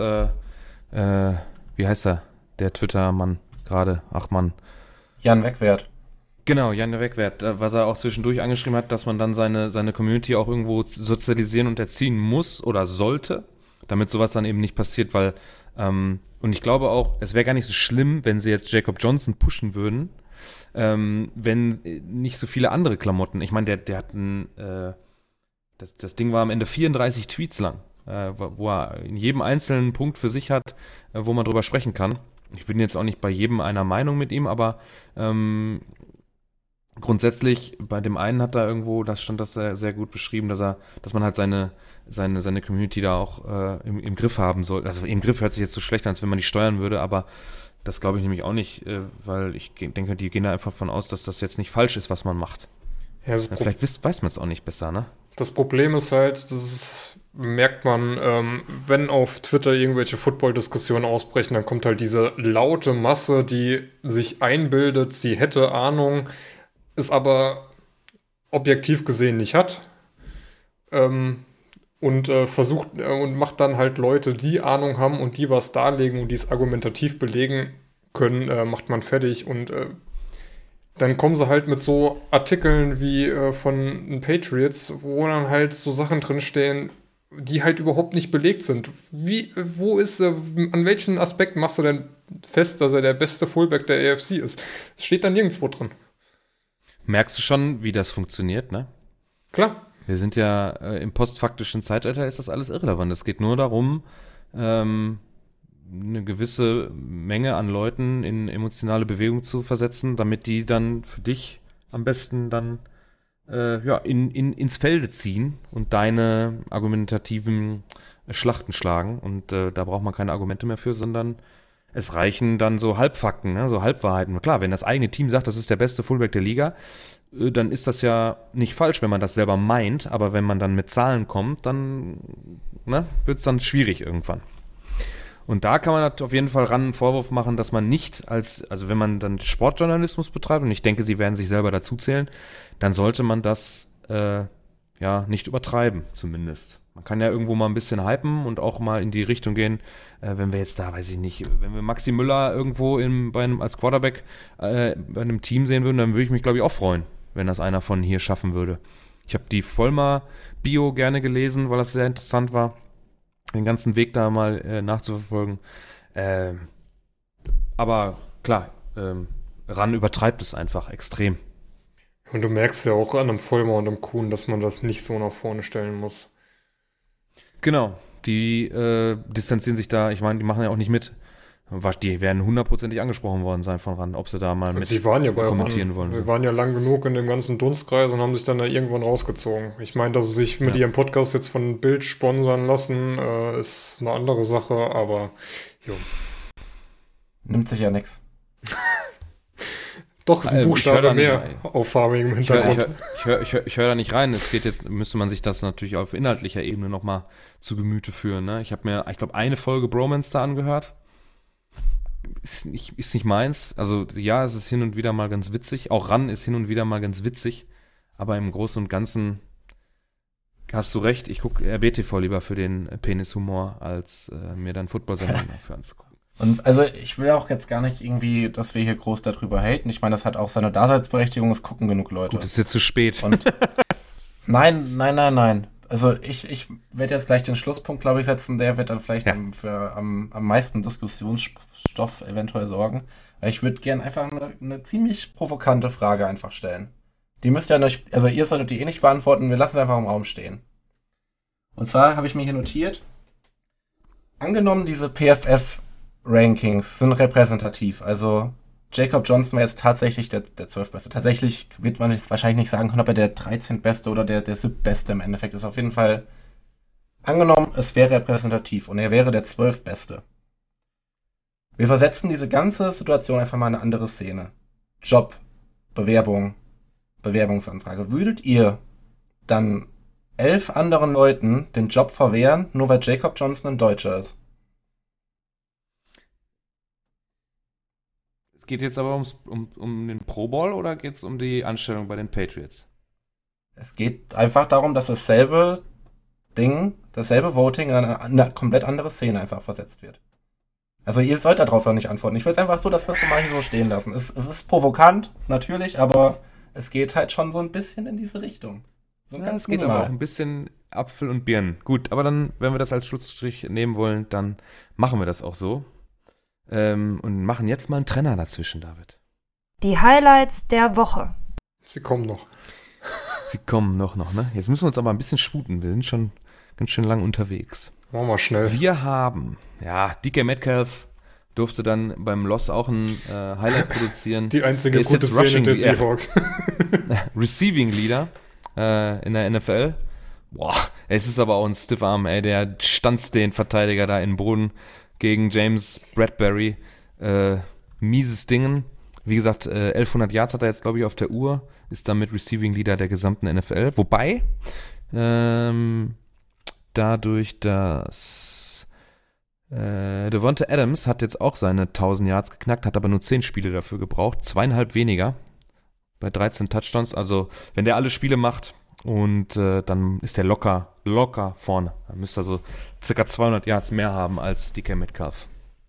wie heißt er, der Twitter-Mann gerade, Jan Wegwert. Genau, Jan Wegwert, was er auch zwischendurch angeschrieben hat, dass man dann seine Community auch irgendwo sozialisieren und erziehen muss oder sollte, damit sowas dann eben nicht passiert, weil, und ich glaube auch, es wäre gar nicht so schlimm, wenn sie jetzt Jacob Johnson pushen würden, wenn nicht so viele andere Klamotten, ich meine, der hat das Ding war am Ende 34 Tweets lang, wo er in jedem einzelnen Punkt für sich hat, wo man drüber sprechen kann. Ich bin jetzt auch nicht bei jedem einer Meinung mit ihm, aber grundsätzlich, bei dem einen hat er irgendwo, das stand das sehr, sehr gut beschrieben, dass man halt seine Community da auch im Griff haben soll. Also im Griff hört sich jetzt so schlecht an, als wenn man die steuern würde, aber das glaube ich nämlich auch nicht, weil ich denke, die gehen da einfach von aus, dass das jetzt nicht falsch ist, was man macht. Ja, vielleicht weiß man es auch nicht besser, ne? Das Problem ist halt, merkt man, wenn auf Twitter irgendwelche Football-Diskussionen ausbrechen, dann kommt halt diese laute Masse, die sich einbildet, sie hätte Ahnung, es aber objektiv gesehen nicht hat, und versucht und macht dann halt Leute, die Ahnung haben und die was darlegen und die es argumentativ belegen können, macht man fertig und dann kommen sie halt mit so Artikeln wie von den Patriots, wo dann halt so Sachen drinstehen, die halt überhaupt nicht belegt sind. An welchen Aspekt machst du denn fest, dass er der beste Fullback der AFC ist? Das steht da nirgendwo drin. Merkst du schon, wie das funktioniert, ne? Klar. Wir sind ja im postfaktischen Zeitalter, ist das alles irrelevant. Es geht nur darum, eine gewisse Menge an Leuten in emotionale Bewegung zu versetzen, damit die dann für dich am besten dann ins Felde ziehen und deine argumentativen Schlachten schlagen. Und da braucht man keine Argumente mehr für, sondern es reichen dann so Halbfakten, ne, so Halbwahrheiten. Klar, wenn das eigene Team sagt, das ist der beste Fullback der Liga, dann ist das ja nicht falsch, wenn man das selber meint, aber wenn man dann mit Zahlen kommt, dann wird es dann schwierig irgendwann. Und da kann man auf jeden Fall einen Vorwurf machen, dass man nicht also wenn man dann Sportjournalismus betreibt, und ich denke, sie werden sich selber dazu zählen, dann sollte man das nicht übertreiben, zumindest. Man kann ja irgendwo mal ein bisschen hypen und auch mal in die Richtung gehen, wenn wir jetzt da, weiß ich nicht, wenn wir Maxi Müller irgendwo als Quarterback bei einem Team sehen würden, dann würde ich mich, glaube ich, auch freuen, wenn das einer von hier schaffen würde. Ich habe die Vollmer-Bio gerne gelesen, weil das sehr interessant war, den ganzen Weg da mal nachzuverfolgen. Aber klar, Ran übertreibt es einfach extrem. Und du merkst ja auch an einem Vollmer und einem Kuhn, dass man das nicht so nach vorne stellen muss. Genau, die distanzieren sich da, ich meine, die machen ja auch nicht mit. Die werden hundertprozentig angesprochen worden sein von Ran, ob sie da mal mit kommentieren wollen. Sie waren ja lang genug in dem ganzen Dunstkreis und haben sich dann da irgendwann rausgezogen. Ich meine, dass sie sich mit ihrem Podcast jetzt von Bild sponsern lassen, ist eine andere Sache, aber jo. Nimmt sich ja nichts. Doch, ist ein Buchstabe mehr auf farbigem Hintergrund. Ich höre da nicht rein. Es geht jetzt, müsste man sich das natürlich auf inhaltlicher Ebene nochmal zu Gemüte führen. Ne? Ich habe mir, ich glaube, eine Folge Bromance da angehört. Ist nicht meins. Also ja, es ist hin und wieder mal ganz witzig. Auch Ran ist hin und wieder mal ganz witzig. Aber im Großen und Ganzen hast du recht. Ich gucke RBTV lieber für den Penishumor, als mir dann Football-Sendungen dafür anzugucken. Und also ich will auch jetzt gar nicht irgendwie, dass wir hier groß darüber haten. Ich meine, das hat auch seine Daseinsberechtigung, es gucken genug Leute. Gut, es ist jetzt zu spät. Und nein. Also ich werde jetzt gleich den Schlusspunkt, glaube ich, setzen. Der wird dann vielleicht für am meisten Diskussionsstoff eventuell sorgen. Weil ich würde gerne einfach eine ziemlich provokante Frage einfach stellen. Die müsst ihr nicht, also ihr solltet die nicht beantworten, wir lassen es einfach im Raum stehen. Und zwar habe ich mir hier notiert, angenommen diese PFF-Rankings sind repräsentativ, also Jacob Johnson war jetzt tatsächlich der 12. Beste. Tatsächlich wird man jetzt wahrscheinlich nicht sagen können, ob er der 13. Beste oder der 7. Beste im Endeffekt ist. Auf jeden Fall angenommen, es wäre repräsentativ und er wäre der 12. Beste. Wir versetzen diese ganze Situation einfach mal in eine andere Szene. Job, Bewerbung, Bewerbungsanfrage. Würdet ihr dann 11 anderen Leuten den Job verwehren, nur weil Jacob Johnson ein Deutscher ist? Geht jetzt aber um den Pro Bowl oder geht es um die Anstellung bei den Patriots? Es geht einfach darum, dass dasselbe Voting in eine komplett andere Szene einfach versetzt wird. Also ihr sollt darauf ja nicht antworten. Ich will es einfach so, dass wir es mal hier so stehen lassen. Es ist provokant, natürlich, aber es geht halt schon so ein bisschen in diese Richtung. So es geht aber auch ein bisschen Apfel und Birnen. Gut, aber dann, wenn wir das als Schlussstrich nehmen wollen, dann machen wir das auch so. Und machen jetzt mal einen Trenner dazwischen, David. Die Highlights der Woche. Sie kommen noch. Sie kommen noch, ne? Jetzt müssen wir uns aber ein bisschen sputen. Wir sind schon ganz schön lang unterwegs. Machen wir schnell. Wir haben, DK Metcalf durfte dann beim Loss auch ein Highlight produzieren. Die einzige gute Szene des Seahawks. Receiving Leader in der NFL. Boah, es ist aber auch ein Stiffarm, ey. Der stanzt den Verteidiger da in den Boden gegen James Bradbury. Mieses Dingen. Wie gesagt, 1100 Yards hat er jetzt, glaube ich, auf der Uhr. Ist damit Receiving Leader der gesamten NFL. Wobei, dadurch, dass Devonta Adams hat jetzt auch seine 1000 Yards geknackt, hat aber nur 10 Spiele dafür gebraucht. 2,5 weniger bei 13 Touchdowns. Also, wenn der alle Spiele macht und dann ist der locker vorne. Dann müsste er so circa 200 Yards mehr haben als DK Metcalf.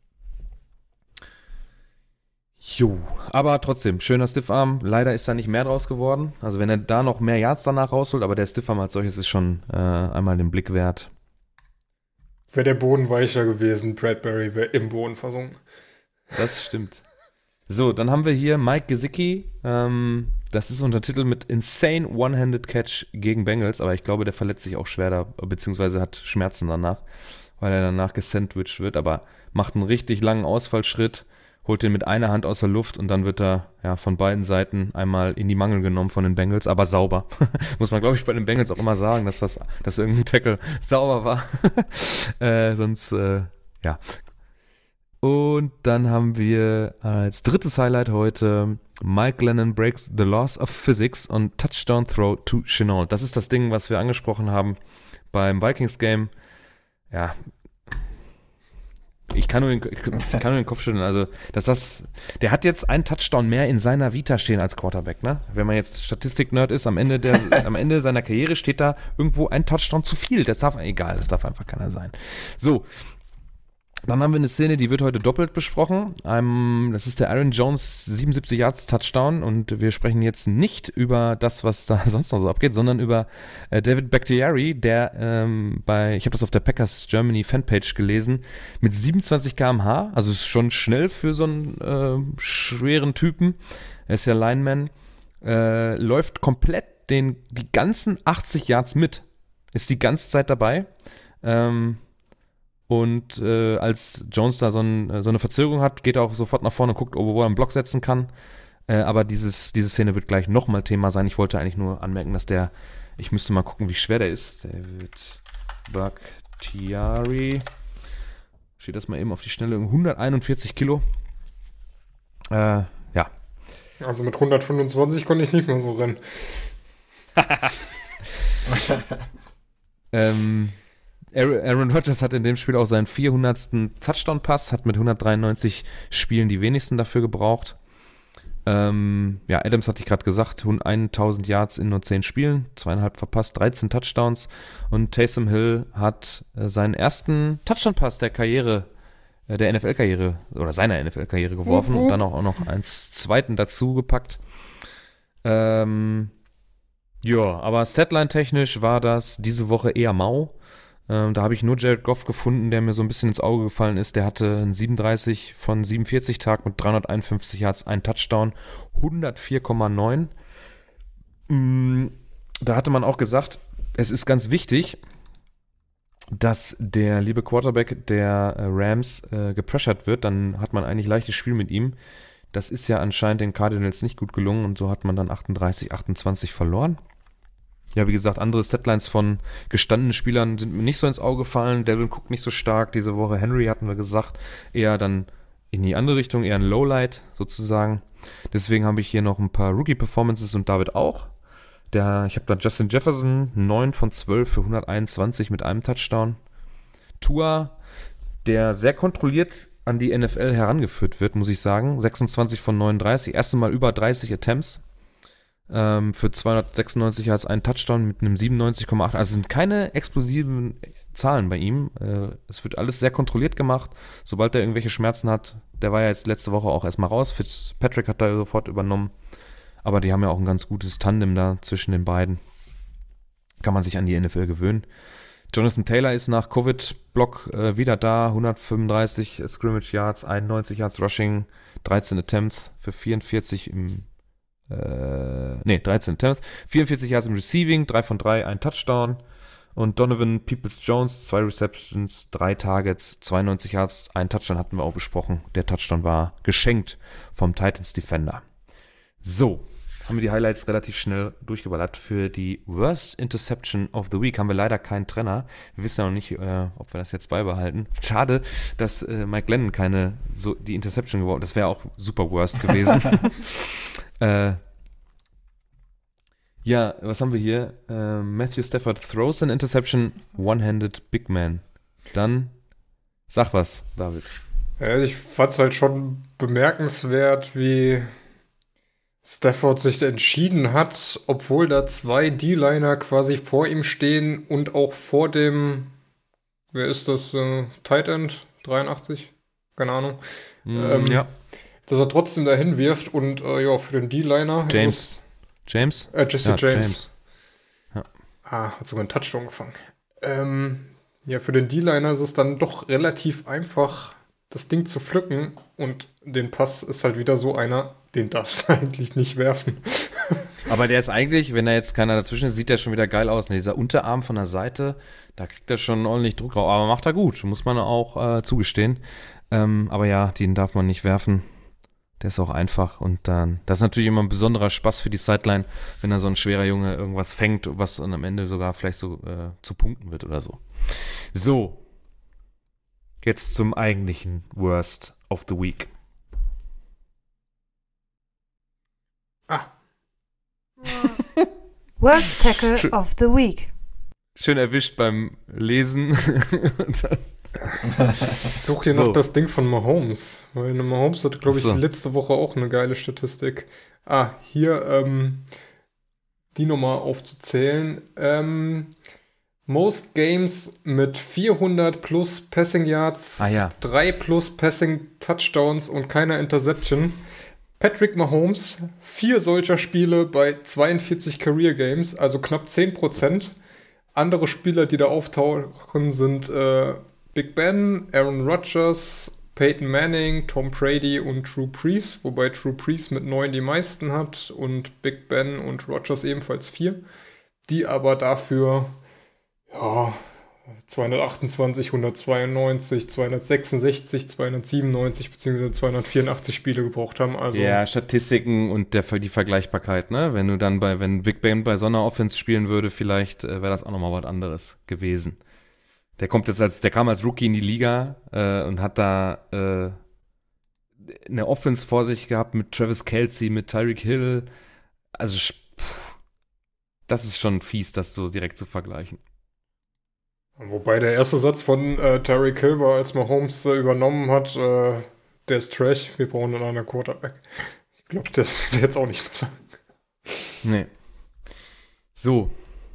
Jo, aber trotzdem, schöner Stiffarm. Leider ist da nicht mehr draus geworden. Also wenn er da noch mehr Yards danach rausholt, aber der Stiffarm als solches ist schon einmal den Blick wert. Wäre der Boden weicher gewesen, Bradbury wäre im Boden versunken. Das stimmt. So, dann haben wir hier Mike Gesicki. Das ist unter Titel mit Insane One-Handed Catch gegen Bengals, aber ich glaube, der verletzt sich auch schwer da, beziehungsweise hat Schmerzen danach, weil er danach gesandwiched wird, aber macht einen richtig langen Ausfallschritt, holt den mit einer Hand aus der Luft und dann wird er von beiden Seiten einmal in die Mangel genommen von den Bengals, aber sauber. Muss man, glaube ich, bei den Bengals auch immer sagen, dass irgendein Tackle sauber war. Sonst. Und dann haben wir als drittes Highlight heute Mike Glennon breaks the laws of physics on Touchdown Throw to Shenault. Das ist das Ding, was wir angesprochen haben beim Vikings-Game. Ja, ich kann nur den Kopf schütteln. Also, der hat jetzt einen Touchdown mehr in seiner Vita stehen als Quarterback, ne? Wenn man jetzt Statistik-Nerd ist, am Ende seiner Karriere steht da irgendwo ein Touchdown zu viel. Das darf einfach keiner sein. So. Dann haben wir eine Szene, die wird heute doppelt besprochen. Das ist der Aaron Jones 77 Yards Touchdown und wir sprechen jetzt nicht über das, was da sonst noch so abgeht, sondern über David Bakhtiari, der ich habe das auf der Packers Germany Fanpage gelesen, mit 27 km/h, also ist schon schnell für so einen schweren Typen, er ist ja Lineman, läuft komplett die ganzen 80 Yards mit, ist die ganze Zeit dabei, und als Jones da so eine Verzögerung hat, geht er auch sofort nach vorne und guckt, wo er einen Block setzen kann. Aber diese Szene wird gleich nochmal Thema sein. Ich wollte eigentlich nur anmerken, dass ich müsste mal gucken, wie schwer der ist. David Bakhtiari. Steht das mal eben auf die Schnelle. 141 Kilo. Ja. Also mit 125 konnte ich nicht mehr so rennen. Aaron Rodgers hat in dem Spiel auch seinen 400. Touchdown-Pass, hat mit 193 Spielen die wenigsten dafür gebraucht. Adams hatte ich gerade gesagt, 1000 Yards in nur 10 Spielen, 2,5 verpasst, 13 Touchdowns. Und Taysom Hill hat seinen ersten Touchdown-Pass der NFL-Karriere oder seiner NFL-Karriere geworfen und dann auch noch einen zweiten dazu gepackt. Aber Statline-technisch war das diese Woche eher mau. Da habe ich nur Jared Goff gefunden, der mir so ein bisschen ins Auge gefallen ist. Der hatte einen 37 von 47 Tag mit 351 Yards, ein Touchdown, 104,9. Da hatte man auch gesagt, es ist ganz wichtig, dass der liebe Quarterback der Rams gepressured wird. Dann hat man eigentlich leichtes Spiel mit ihm. Das ist ja anscheinend den Cardinals nicht gut gelungen und so hat man dann 38-28 verloren. Ja, wie gesagt, andere Setlines von gestandenen Spielern sind mir nicht so ins Auge gefallen. Devin Cook nicht so stark diese Woche. Henry hatten wir gesagt, eher dann in die andere Richtung, eher ein Lowlight sozusagen. Deswegen habe ich hier noch ein paar Rookie-Performances und David auch. Ich habe da Justin Jefferson, 9 von 12 für 121 mit einem Touchdown. Tua, der sehr kontrolliert an die NFL herangeführt wird, muss ich sagen. 26 von 39, erste Mal über 30 Attempts. Für 296 Yards einen Touchdown mit einem 97,8. Also es sind keine explosiven Zahlen bei ihm. Es wird alles sehr kontrolliert gemacht. Sobald er irgendwelche Schmerzen hat, der war ja jetzt letzte Woche auch erstmal raus. Fitzpatrick hat da sofort übernommen. Aber die haben ja auch ein ganz gutes Tandem da zwischen den beiden. Kann man sich an die NFL gewöhnen. Jonathan Taylor ist nach Covid-Block wieder da. 135 Scrimmage Yards, 91 Yards Rushing, 13 Attempts für 44 13 Attempts, 44 Yards im Receiving, 3 von 3, ein Touchdown. Und Donovan Peoples-Jones, 2 Receptions, 3 Targets, 92 Yards, ein Touchdown hatten wir auch besprochen. Der Touchdown war geschenkt vom Titans Defender. So, haben wir die Highlights relativ schnell durchgeballert. Für die Worst Interception of the Week haben wir leider keinen Trenner. Wir wissen ja noch nicht, ob wir das jetzt beibehalten. Schade, dass Mike Glennon die Interception geworden ist. Das wäre auch super worst gewesen. Was haben wir hier? Matthew Stafford throws an interception, one-handed big man. Dann sag was, David. Ich fand es halt schon bemerkenswert, wie Stafford sich entschieden hat, obwohl da 2 D-Liner quasi vor ihm stehen und auch vor dem, wer ist das, Tight End, 83? Keine Ahnung. Ja. Dass er trotzdem dahin wirft und für den D-Liner Jesse James. Ja. Hat sogar einen Touchdown gefangen. Für den D-Liner ist es dann doch relativ einfach, das Ding zu pflücken und den Pass ist halt wieder so einer, den darfst du eigentlich nicht werfen. Aber der ist eigentlich, wenn da jetzt keiner dazwischen ist, sieht der schon wieder geil aus. Ne? Dieser Unterarm von der Seite, da kriegt er schon ordentlich Druck drauf. Aber macht er gut, muss man auch zugestehen. Aber ja, den darf man nicht werfen. Der ist auch einfach und dann, das ist natürlich immer ein besonderer Spaß für die Sideline, wenn da so ein schwerer Junge irgendwas fängt, was dann am Ende sogar vielleicht so zu Punkten wird oder so. So. Jetzt zum eigentlichen Worst of the Week. Worst Tackle of the Week. Schön erwischt beim Lesen. Ich suche hier noch das Ding von Mahomes. Weil Mahomes hatte, glaube ich, letzte Woche auch eine geile Statistik. Hier, die nochmal aufzuzählen. Most Games mit 400 plus Passing Yards, 3 plus Passing Touchdowns und keiner Interception. Patrick Mahomes, 4 solcher Spiele bei 42 Career Games, also knapp 10%. Andere Spieler, die da auftauchen, sind Big Ben, Aaron Rodgers, Peyton Manning, Tom Brady und Drew Brees, wobei Drew Brees mit 9 die meisten hat und Big Ben und Rodgers ebenfalls 4, die aber dafür 228, 192, 266, 297 bzw. 284 Spiele gebraucht haben. Also ja, Statistiken und die Vergleichbarkeit, ne? Wenn du dann wenn Big Ben bei so einer Offense spielen würde, vielleicht wäre das auch nochmal was anderes gewesen. Der kam als Rookie in die Liga und hat da eine Offense vor sich gehabt mit Travis Kelce, mit Tyreek Hill. Also das ist schon fies, das so direkt zu vergleichen. Wobei der erste Satz von Tyreek Hill war, als Mahomes übernommen hat, der ist Trash, wir brauchen einen anderen Quarterback. Ich glaube, das wird jetzt auch nicht besser. Nee. So.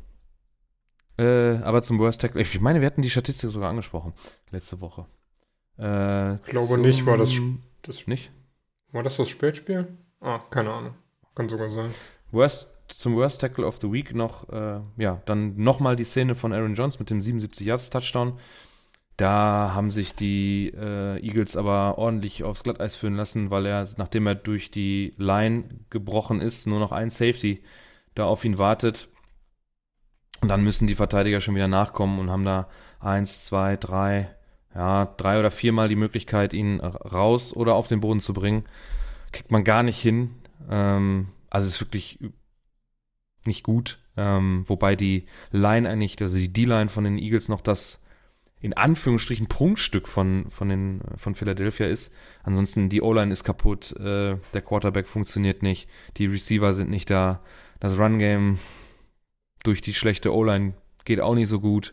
Aber zum Worst Tackle, ich meine, wir hatten die Statistik sogar angesprochen, letzte Woche. Ich glaube nicht, war das nicht? War das Spätspiel? Keine Ahnung. Kann sogar sein. Zum Worst Tackle of the Week noch, dann nochmal die Szene von Aaron Jones mit dem 77-Yards-Touchdown. Da haben sich die Eagles aber ordentlich aufs Glatteis führen lassen, weil nachdem er durch die Line gebrochen ist, nur noch ein Safety da auf ihn wartet. Und dann müssen die Verteidiger schon wieder nachkommen und haben da 1, 2, 3 oder 4 Mal die Möglichkeit, ihn raus oder auf den Boden zu bringen. Kriegt man gar nicht hin. Also ist wirklich nicht gut. Wobei die Line eigentlich, also die D-Line von den Eagles noch das in Anführungsstrichen Prunkstück von Philadelphia ist. Ansonsten die O-Line ist kaputt, der Quarterback funktioniert nicht, die Receiver sind nicht da, das Run-Game durch die schlechte O-Line geht auch nicht so gut.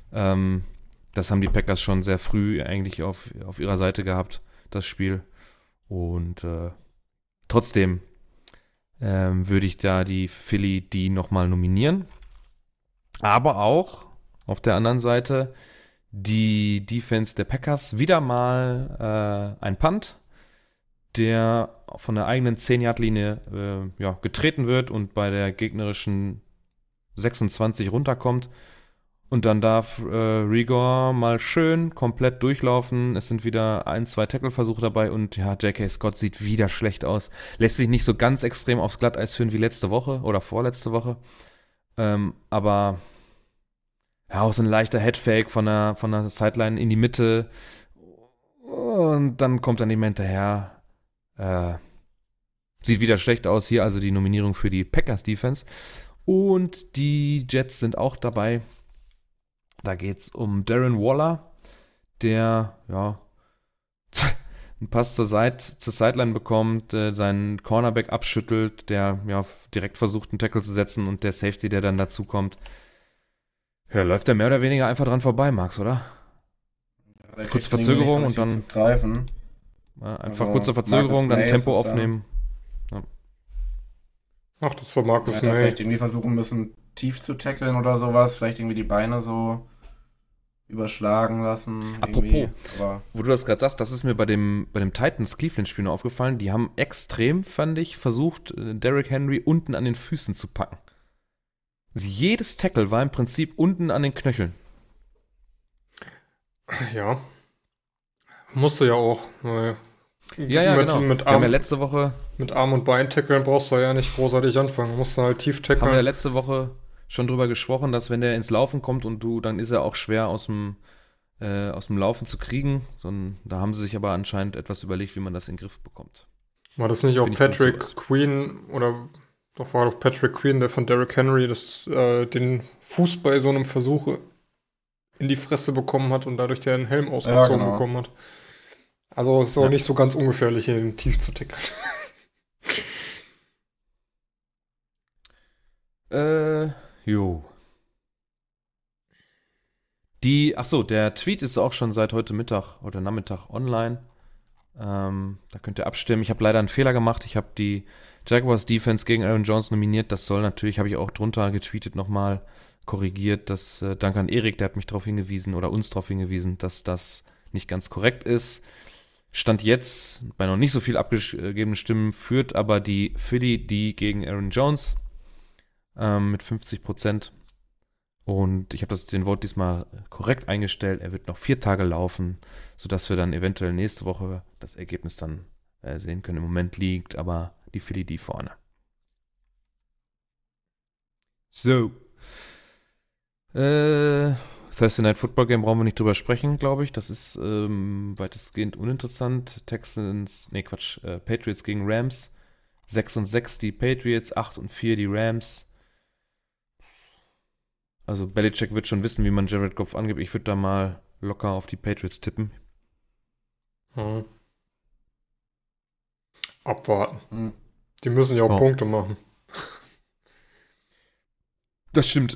Das haben die Packers schon sehr früh eigentlich auf ihrer Seite gehabt, das Spiel. Und trotzdem würde ich da die Philly die nochmal nominieren. Aber auch auf der anderen Seite die Defense der Packers wieder mal ein Punt, der von der eigenen 10-Yard-Linie getreten wird und bei der gegnerischen 26 runterkommt. Und dann darf Rigor mal schön komplett durchlaufen. Es sind wieder 1, 2 Tackle-Versuche dabei und J.K. Scott sieht wieder schlecht aus. Lässt sich nicht so ganz extrem aufs Glatteis führen wie letzte Woche oder vorletzte Woche. Aber auch so ein leichter Headfake von der Sideline in die Mitte. Und dann kommt er nicht mehr hinterher. Sieht wieder schlecht aus hier, also die Nominierung für die Packers-Defense. Und die Jets sind auch dabei. Da geht es um Darren Waller, der einen Pass zur Sideline bekommt, seinen Cornerback abschüttelt, der direkt versucht, einen Tackle zu setzen und der Safety, der dann dazu kommt, läuft der mehr oder weniger einfach dran vorbei, Max, oder? Ja, kurze Verzögerung und dann greifen. Einfach kurze Verzögerung, dann Tempo aufnehmen. Ach, das war Marcus May. Vielleicht irgendwie versuchen müssen, tief zu tackeln oder sowas. Vielleicht irgendwie die Beine so überschlagen lassen. Apropos, wo du das gerade sagst, das ist mir bei dem Titans-Cleveland-Spiel noch aufgefallen. Die haben extrem, fand ich, versucht, Derrick Henry unten an den Füßen zu packen. Also jedes Tackle war im Prinzip unten an den Knöcheln. Ja. Musste ja auch. Weil genau. Mit wir haben ja letzte Woche mit Arm- und Bein-Tackeln brauchst du ja nicht großartig anfangen. Du musst halt tief tackeln. Haben wir ja letzte Woche schon drüber gesprochen, dass wenn der ins Laufen kommt dann ist er auch schwer aus dem Laufen zu kriegen. Da haben sie sich aber anscheinend etwas überlegt, wie man das in den Griff bekommt. War das nicht auch Patrick Queen war doch Patrick Queen, der von Derrick Henry den Fuß bei so einem Versuch in die Fresse bekommen hat und dadurch den Helm ausgezogen bekommen hat. Also ist auch nicht so ganz ungefährlich, hier tief zu tackeln. Jo. Der Tweet ist auch schon seit heute Mittag oder Nachmittag online. Da könnt ihr abstimmen. Ich habe leider einen Fehler gemacht. Ich habe die Jaguars Defense gegen Aaron Jones nominiert. Das soll natürlich, habe ich auch drunter getweetet nochmal, korrigiert. Das Dank an Erik, der hat mich darauf hingewiesen oder uns darauf hingewiesen, dass das nicht ganz korrekt ist. Stand jetzt bei noch nicht so viel abgegebenen Stimmen führt aber die Philly die gegen Aaron Jones mit 50%. Und ich habe den Vote diesmal korrekt eingestellt. Er wird noch 4 Tage laufen, sodass wir dann eventuell nächste Woche das Ergebnis dann sehen können. Im Moment liegt aber die Philly die vorne. So. Thursday Night Football Game brauchen wir nicht drüber sprechen, glaube ich. Das ist weitestgehend uninteressant. Patriots gegen Rams. 6-6 die Patriots, 8-4 die Rams. Also Belichick wird schon wissen, wie man Jared Goff angibt. Ich würde da mal locker auf die Patriots tippen. Abwarten. Die müssen ja auch Punkte machen. Das stimmt.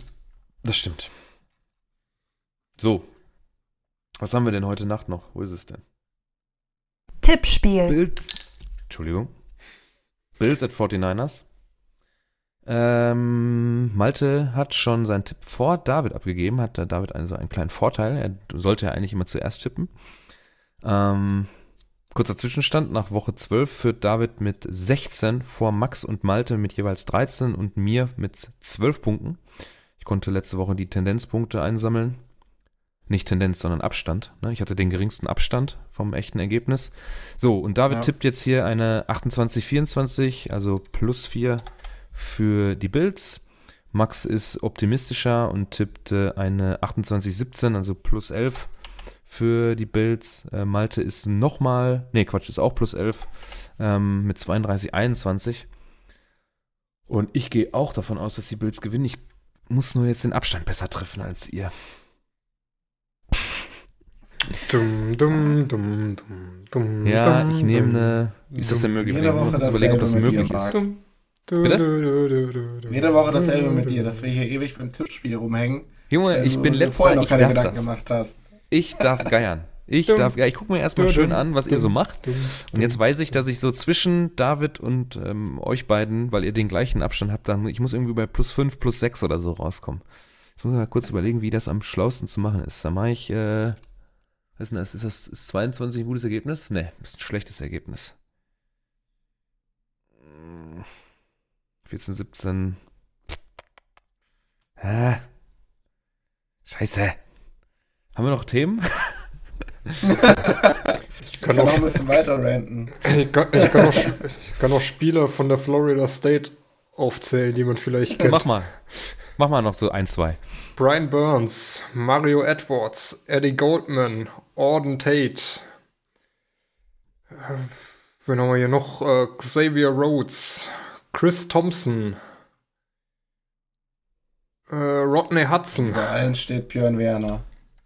So. Was haben wir denn heute Nacht noch? Wo ist es denn? Tippspiel. Bills at 49ers. Malte hat schon seinen Tipp vor David abgegeben, hat da David so einen kleinen Vorteil. Er sollte ja eigentlich immer zuerst tippen. Kurzer Zwischenstand, nach Woche 12 führt David mit 16 vor Max und Malte mit jeweils 13 und mir mit 12 Punkten. Ich konnte letzte Woche die Tendenzpunkte einsammeln. Nicht Tendenz, sondern Abstand. Ich hatte den geringsten Abstand vom echten Ergebnis. So, und David tippt jetzt hier eine 28-24, also plus 4 für die Bills. Max ist optimistischer und tippt eine 28-17, also plus 11 für die Bills. Malte ist ist auch plus 11 mit 32-21. Und ich gehe auch davon aus, dass die Bills gewinnen. Ich muss nur jetzt den Abstand besser treffen als ihr. Ja, ich nehme eine. Wie ist das denn möglich? Jede Woche überlegen, ob das möglich ist. Jede Woche dasselbe mit dir, dass wir hier ewig beim Tippspiel rumhängen. Junge, ich bin letzter, vorher noch ich keine darf Gedanken das. gemacht hast. Ich darf geiern. Ich gucke mir erstmal schön an, was ihr so macht. Und jetzt weiß ich, dass ich so zwischen David und euch beiden, weil ihr den gleichen Abstand habt, ich muss irgendwie bei plus 5, plus 6 oder so rauskommen. Ich muss mal kurz überlegen, wie das am schlausten zu machen ist. Da mache ich, was ist denn das? Ist 22 ein gutes Ergebnis? Ne, ist ein schlechtes Ergebnis. 14, 17. Scheiße. Haben wir noch Themen? Ich kann noch ein bisschen weiter ranten. Ich kann noch Spieler von der Florida State aufzählen, die man vielleicht kennt. Mach mal noch so 1, 2. Brian Burns, Mario Edwards, Eddie Goldman, Auden Tate. Wen haben wir hier noch? Xavier Rhodes, Chris Thompson, Rodney Hudson. Bei allen steht Björn Werner.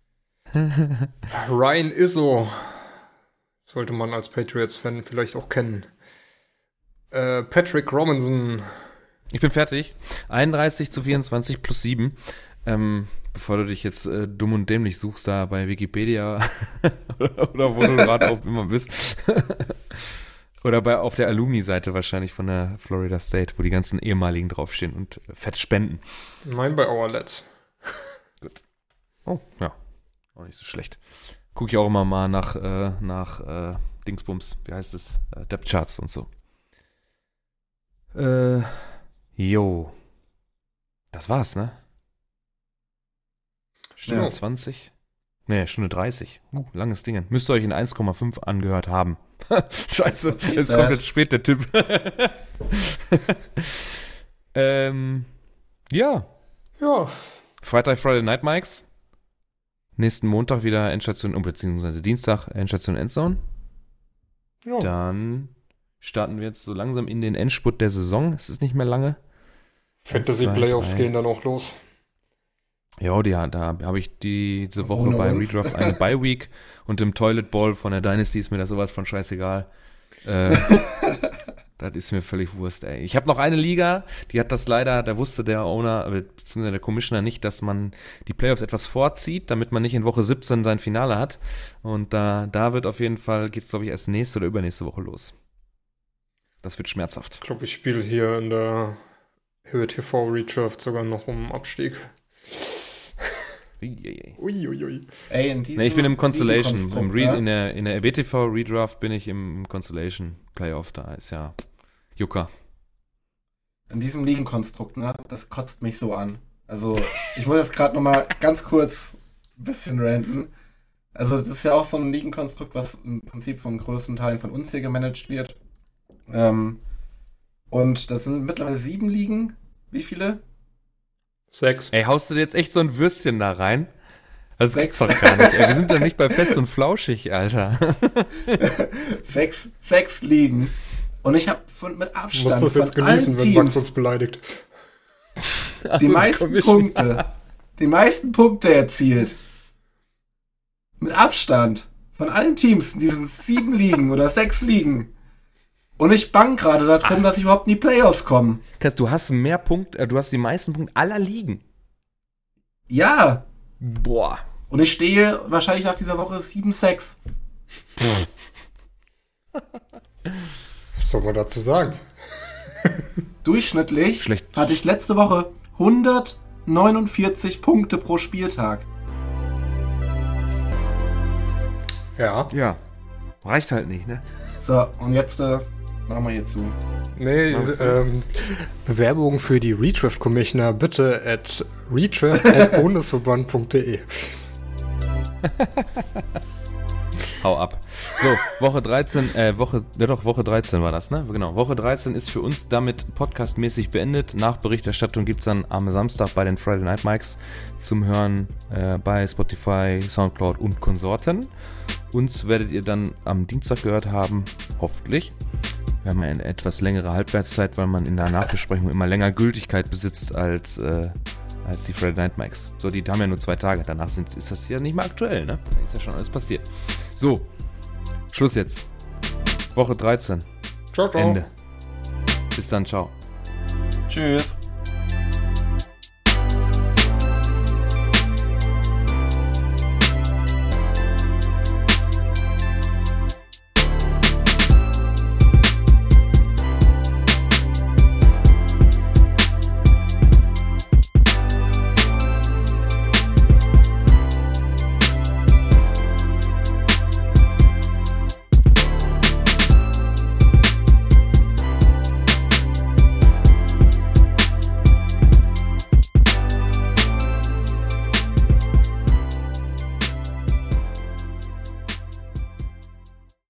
Ryan Izzo. Sollte man als Patriots-Fan vielleicht auch kennen. Patrick Robinson. Ich bin fertig. 31-24 plus 7. Bevor du dich jetzt dumm und dämlich suchst da bei Wikipedia oder wo du gerade auch immer bist. Oder auf der Alumni-Seite wahrscheinlich von der Florida State, wo die ganzen ehemaligen draufstehen und fett spenden. Nein, bei Our Let's. Gut. Oh, ja. Auch nicht so schlecht. Gucke ich auch immer mal nach Dingsbums, wie heißt es? Depth Charts und so. Jo. Das war's, ne? Stunde Ja. 20? Ne, Stunde 30. Langes Ding. Müsst ihr euch in 1,5 angehört haben. Scheiße, es kommt jetzt spät, der Tipp. Ja. Ja. Freitag, Friday Night Mikes. Nächsten Montag wieder Endstation, beziehungsweise Dienstag Endstation Endzone. Ja. Dann starten wir jetzt so langsam in den Endspurt der Saison. Es ist nicht mehr lange. Fantasy 1, 2, Playoffs 3. gehen dann auch los. Ja, da habe ich diese Woche Ohne bei uns. Redraft eine Bye-Week und im Toilet Ball von der Dynasty ist mir das sowas von scheißegal. Das ist mir völlig Wurst, ey. Ich habe noch eine Liga, die hat das leider, da wusste der Owner, beziehungsweise der Commissioner nicht, dass man die Playoffs etwas vorzieht, damit man nicht in Woche 17 sein Finale hat. Und da wird auf jeden Fall, geht's glaube ich erst nächste oder übernächste Woche los. Das wird schmerzhaft. Ich glaube, ich spiele hier in der Höhe TV Redraft sogar noch um Abstieg. Uiuiui. Ey, in diesem Nee, ich bin im Constellation. Ligenkonstrukt, In der RBTV Redraft bin ich im Constellation Playoff. Da ist ja Jucker. In diesem Ligenkonstrukt, ne? Das kotzt mich so an. Also, ich muss jetzt gerade nochmal ganz kurz ein bisschen ranten. Also, das ist ja auch so ein Ligenkonstrukt, was im Prinzip von größten Teilen von uns hier gemanagt wird. Und das sind mittlerweile 7 Ligen. Wie viele? 6. Ey, haust du dir jetzt echt so ein Würstchen da rein? Das 6. gibt's doch gar nicht. Ey, wir sind doch nicht bei Fest und Flauschig, Alter. 6 Ligen. Und ich habe mit Du Abstand musst das jetzt von allen genießen, wenn Max Teams uns beleidigt. die meisten Punkte erzielt. Mit Abstand. Von allen Teams in diesen 7 Ligen oder 6 Ligen. Und ich bang gerade darum, dass ich überhaupt in die Playoffs komme. Du hast mehr Punkte, du hast die meisten Punkte aller Ligen. Ja. Boah. Und ich stehe wahrscheinlich nach dieser Woche 7-6. Was soll man dazu sagen? Durchschnittlich Schlecht. hatte ich letzte Woche 149 Punkte pro Spieltag. Ja. Ja. Reicht halt nicht, ne? So, und jetzt machen wir hier zu. Nee, Bewerbungen für die Redraft-Commissioner bitte at redraft@bundesverband.de. Hau ab. So, Woche 13 war das, ne? Genau, Woche 13 ist für uns damit podcastmäßig beendet. Nachberichterstattung gibt es dann am Samstag bei den Friday Night Mics zum Hören bei Spotify, Soundcloud und Konsorten. Uns werdet ihr dann am Dienstag gehört haben, hoffentlich. Wir haben ja eine etwas längere Halbwertszeit, weil man in der Nachbesprechung immer länger Gültigkeit besitzt als die Friday Night Mics. So, die haben ja nur 2 Tage. Danach ist das ja nicht mehr aktuell, ne? Da ist ja schon alles passiert. So, Schluss jetzt. Woche 13. Ciao, ciao. Ende. Bis dann, ciao. Tschüss.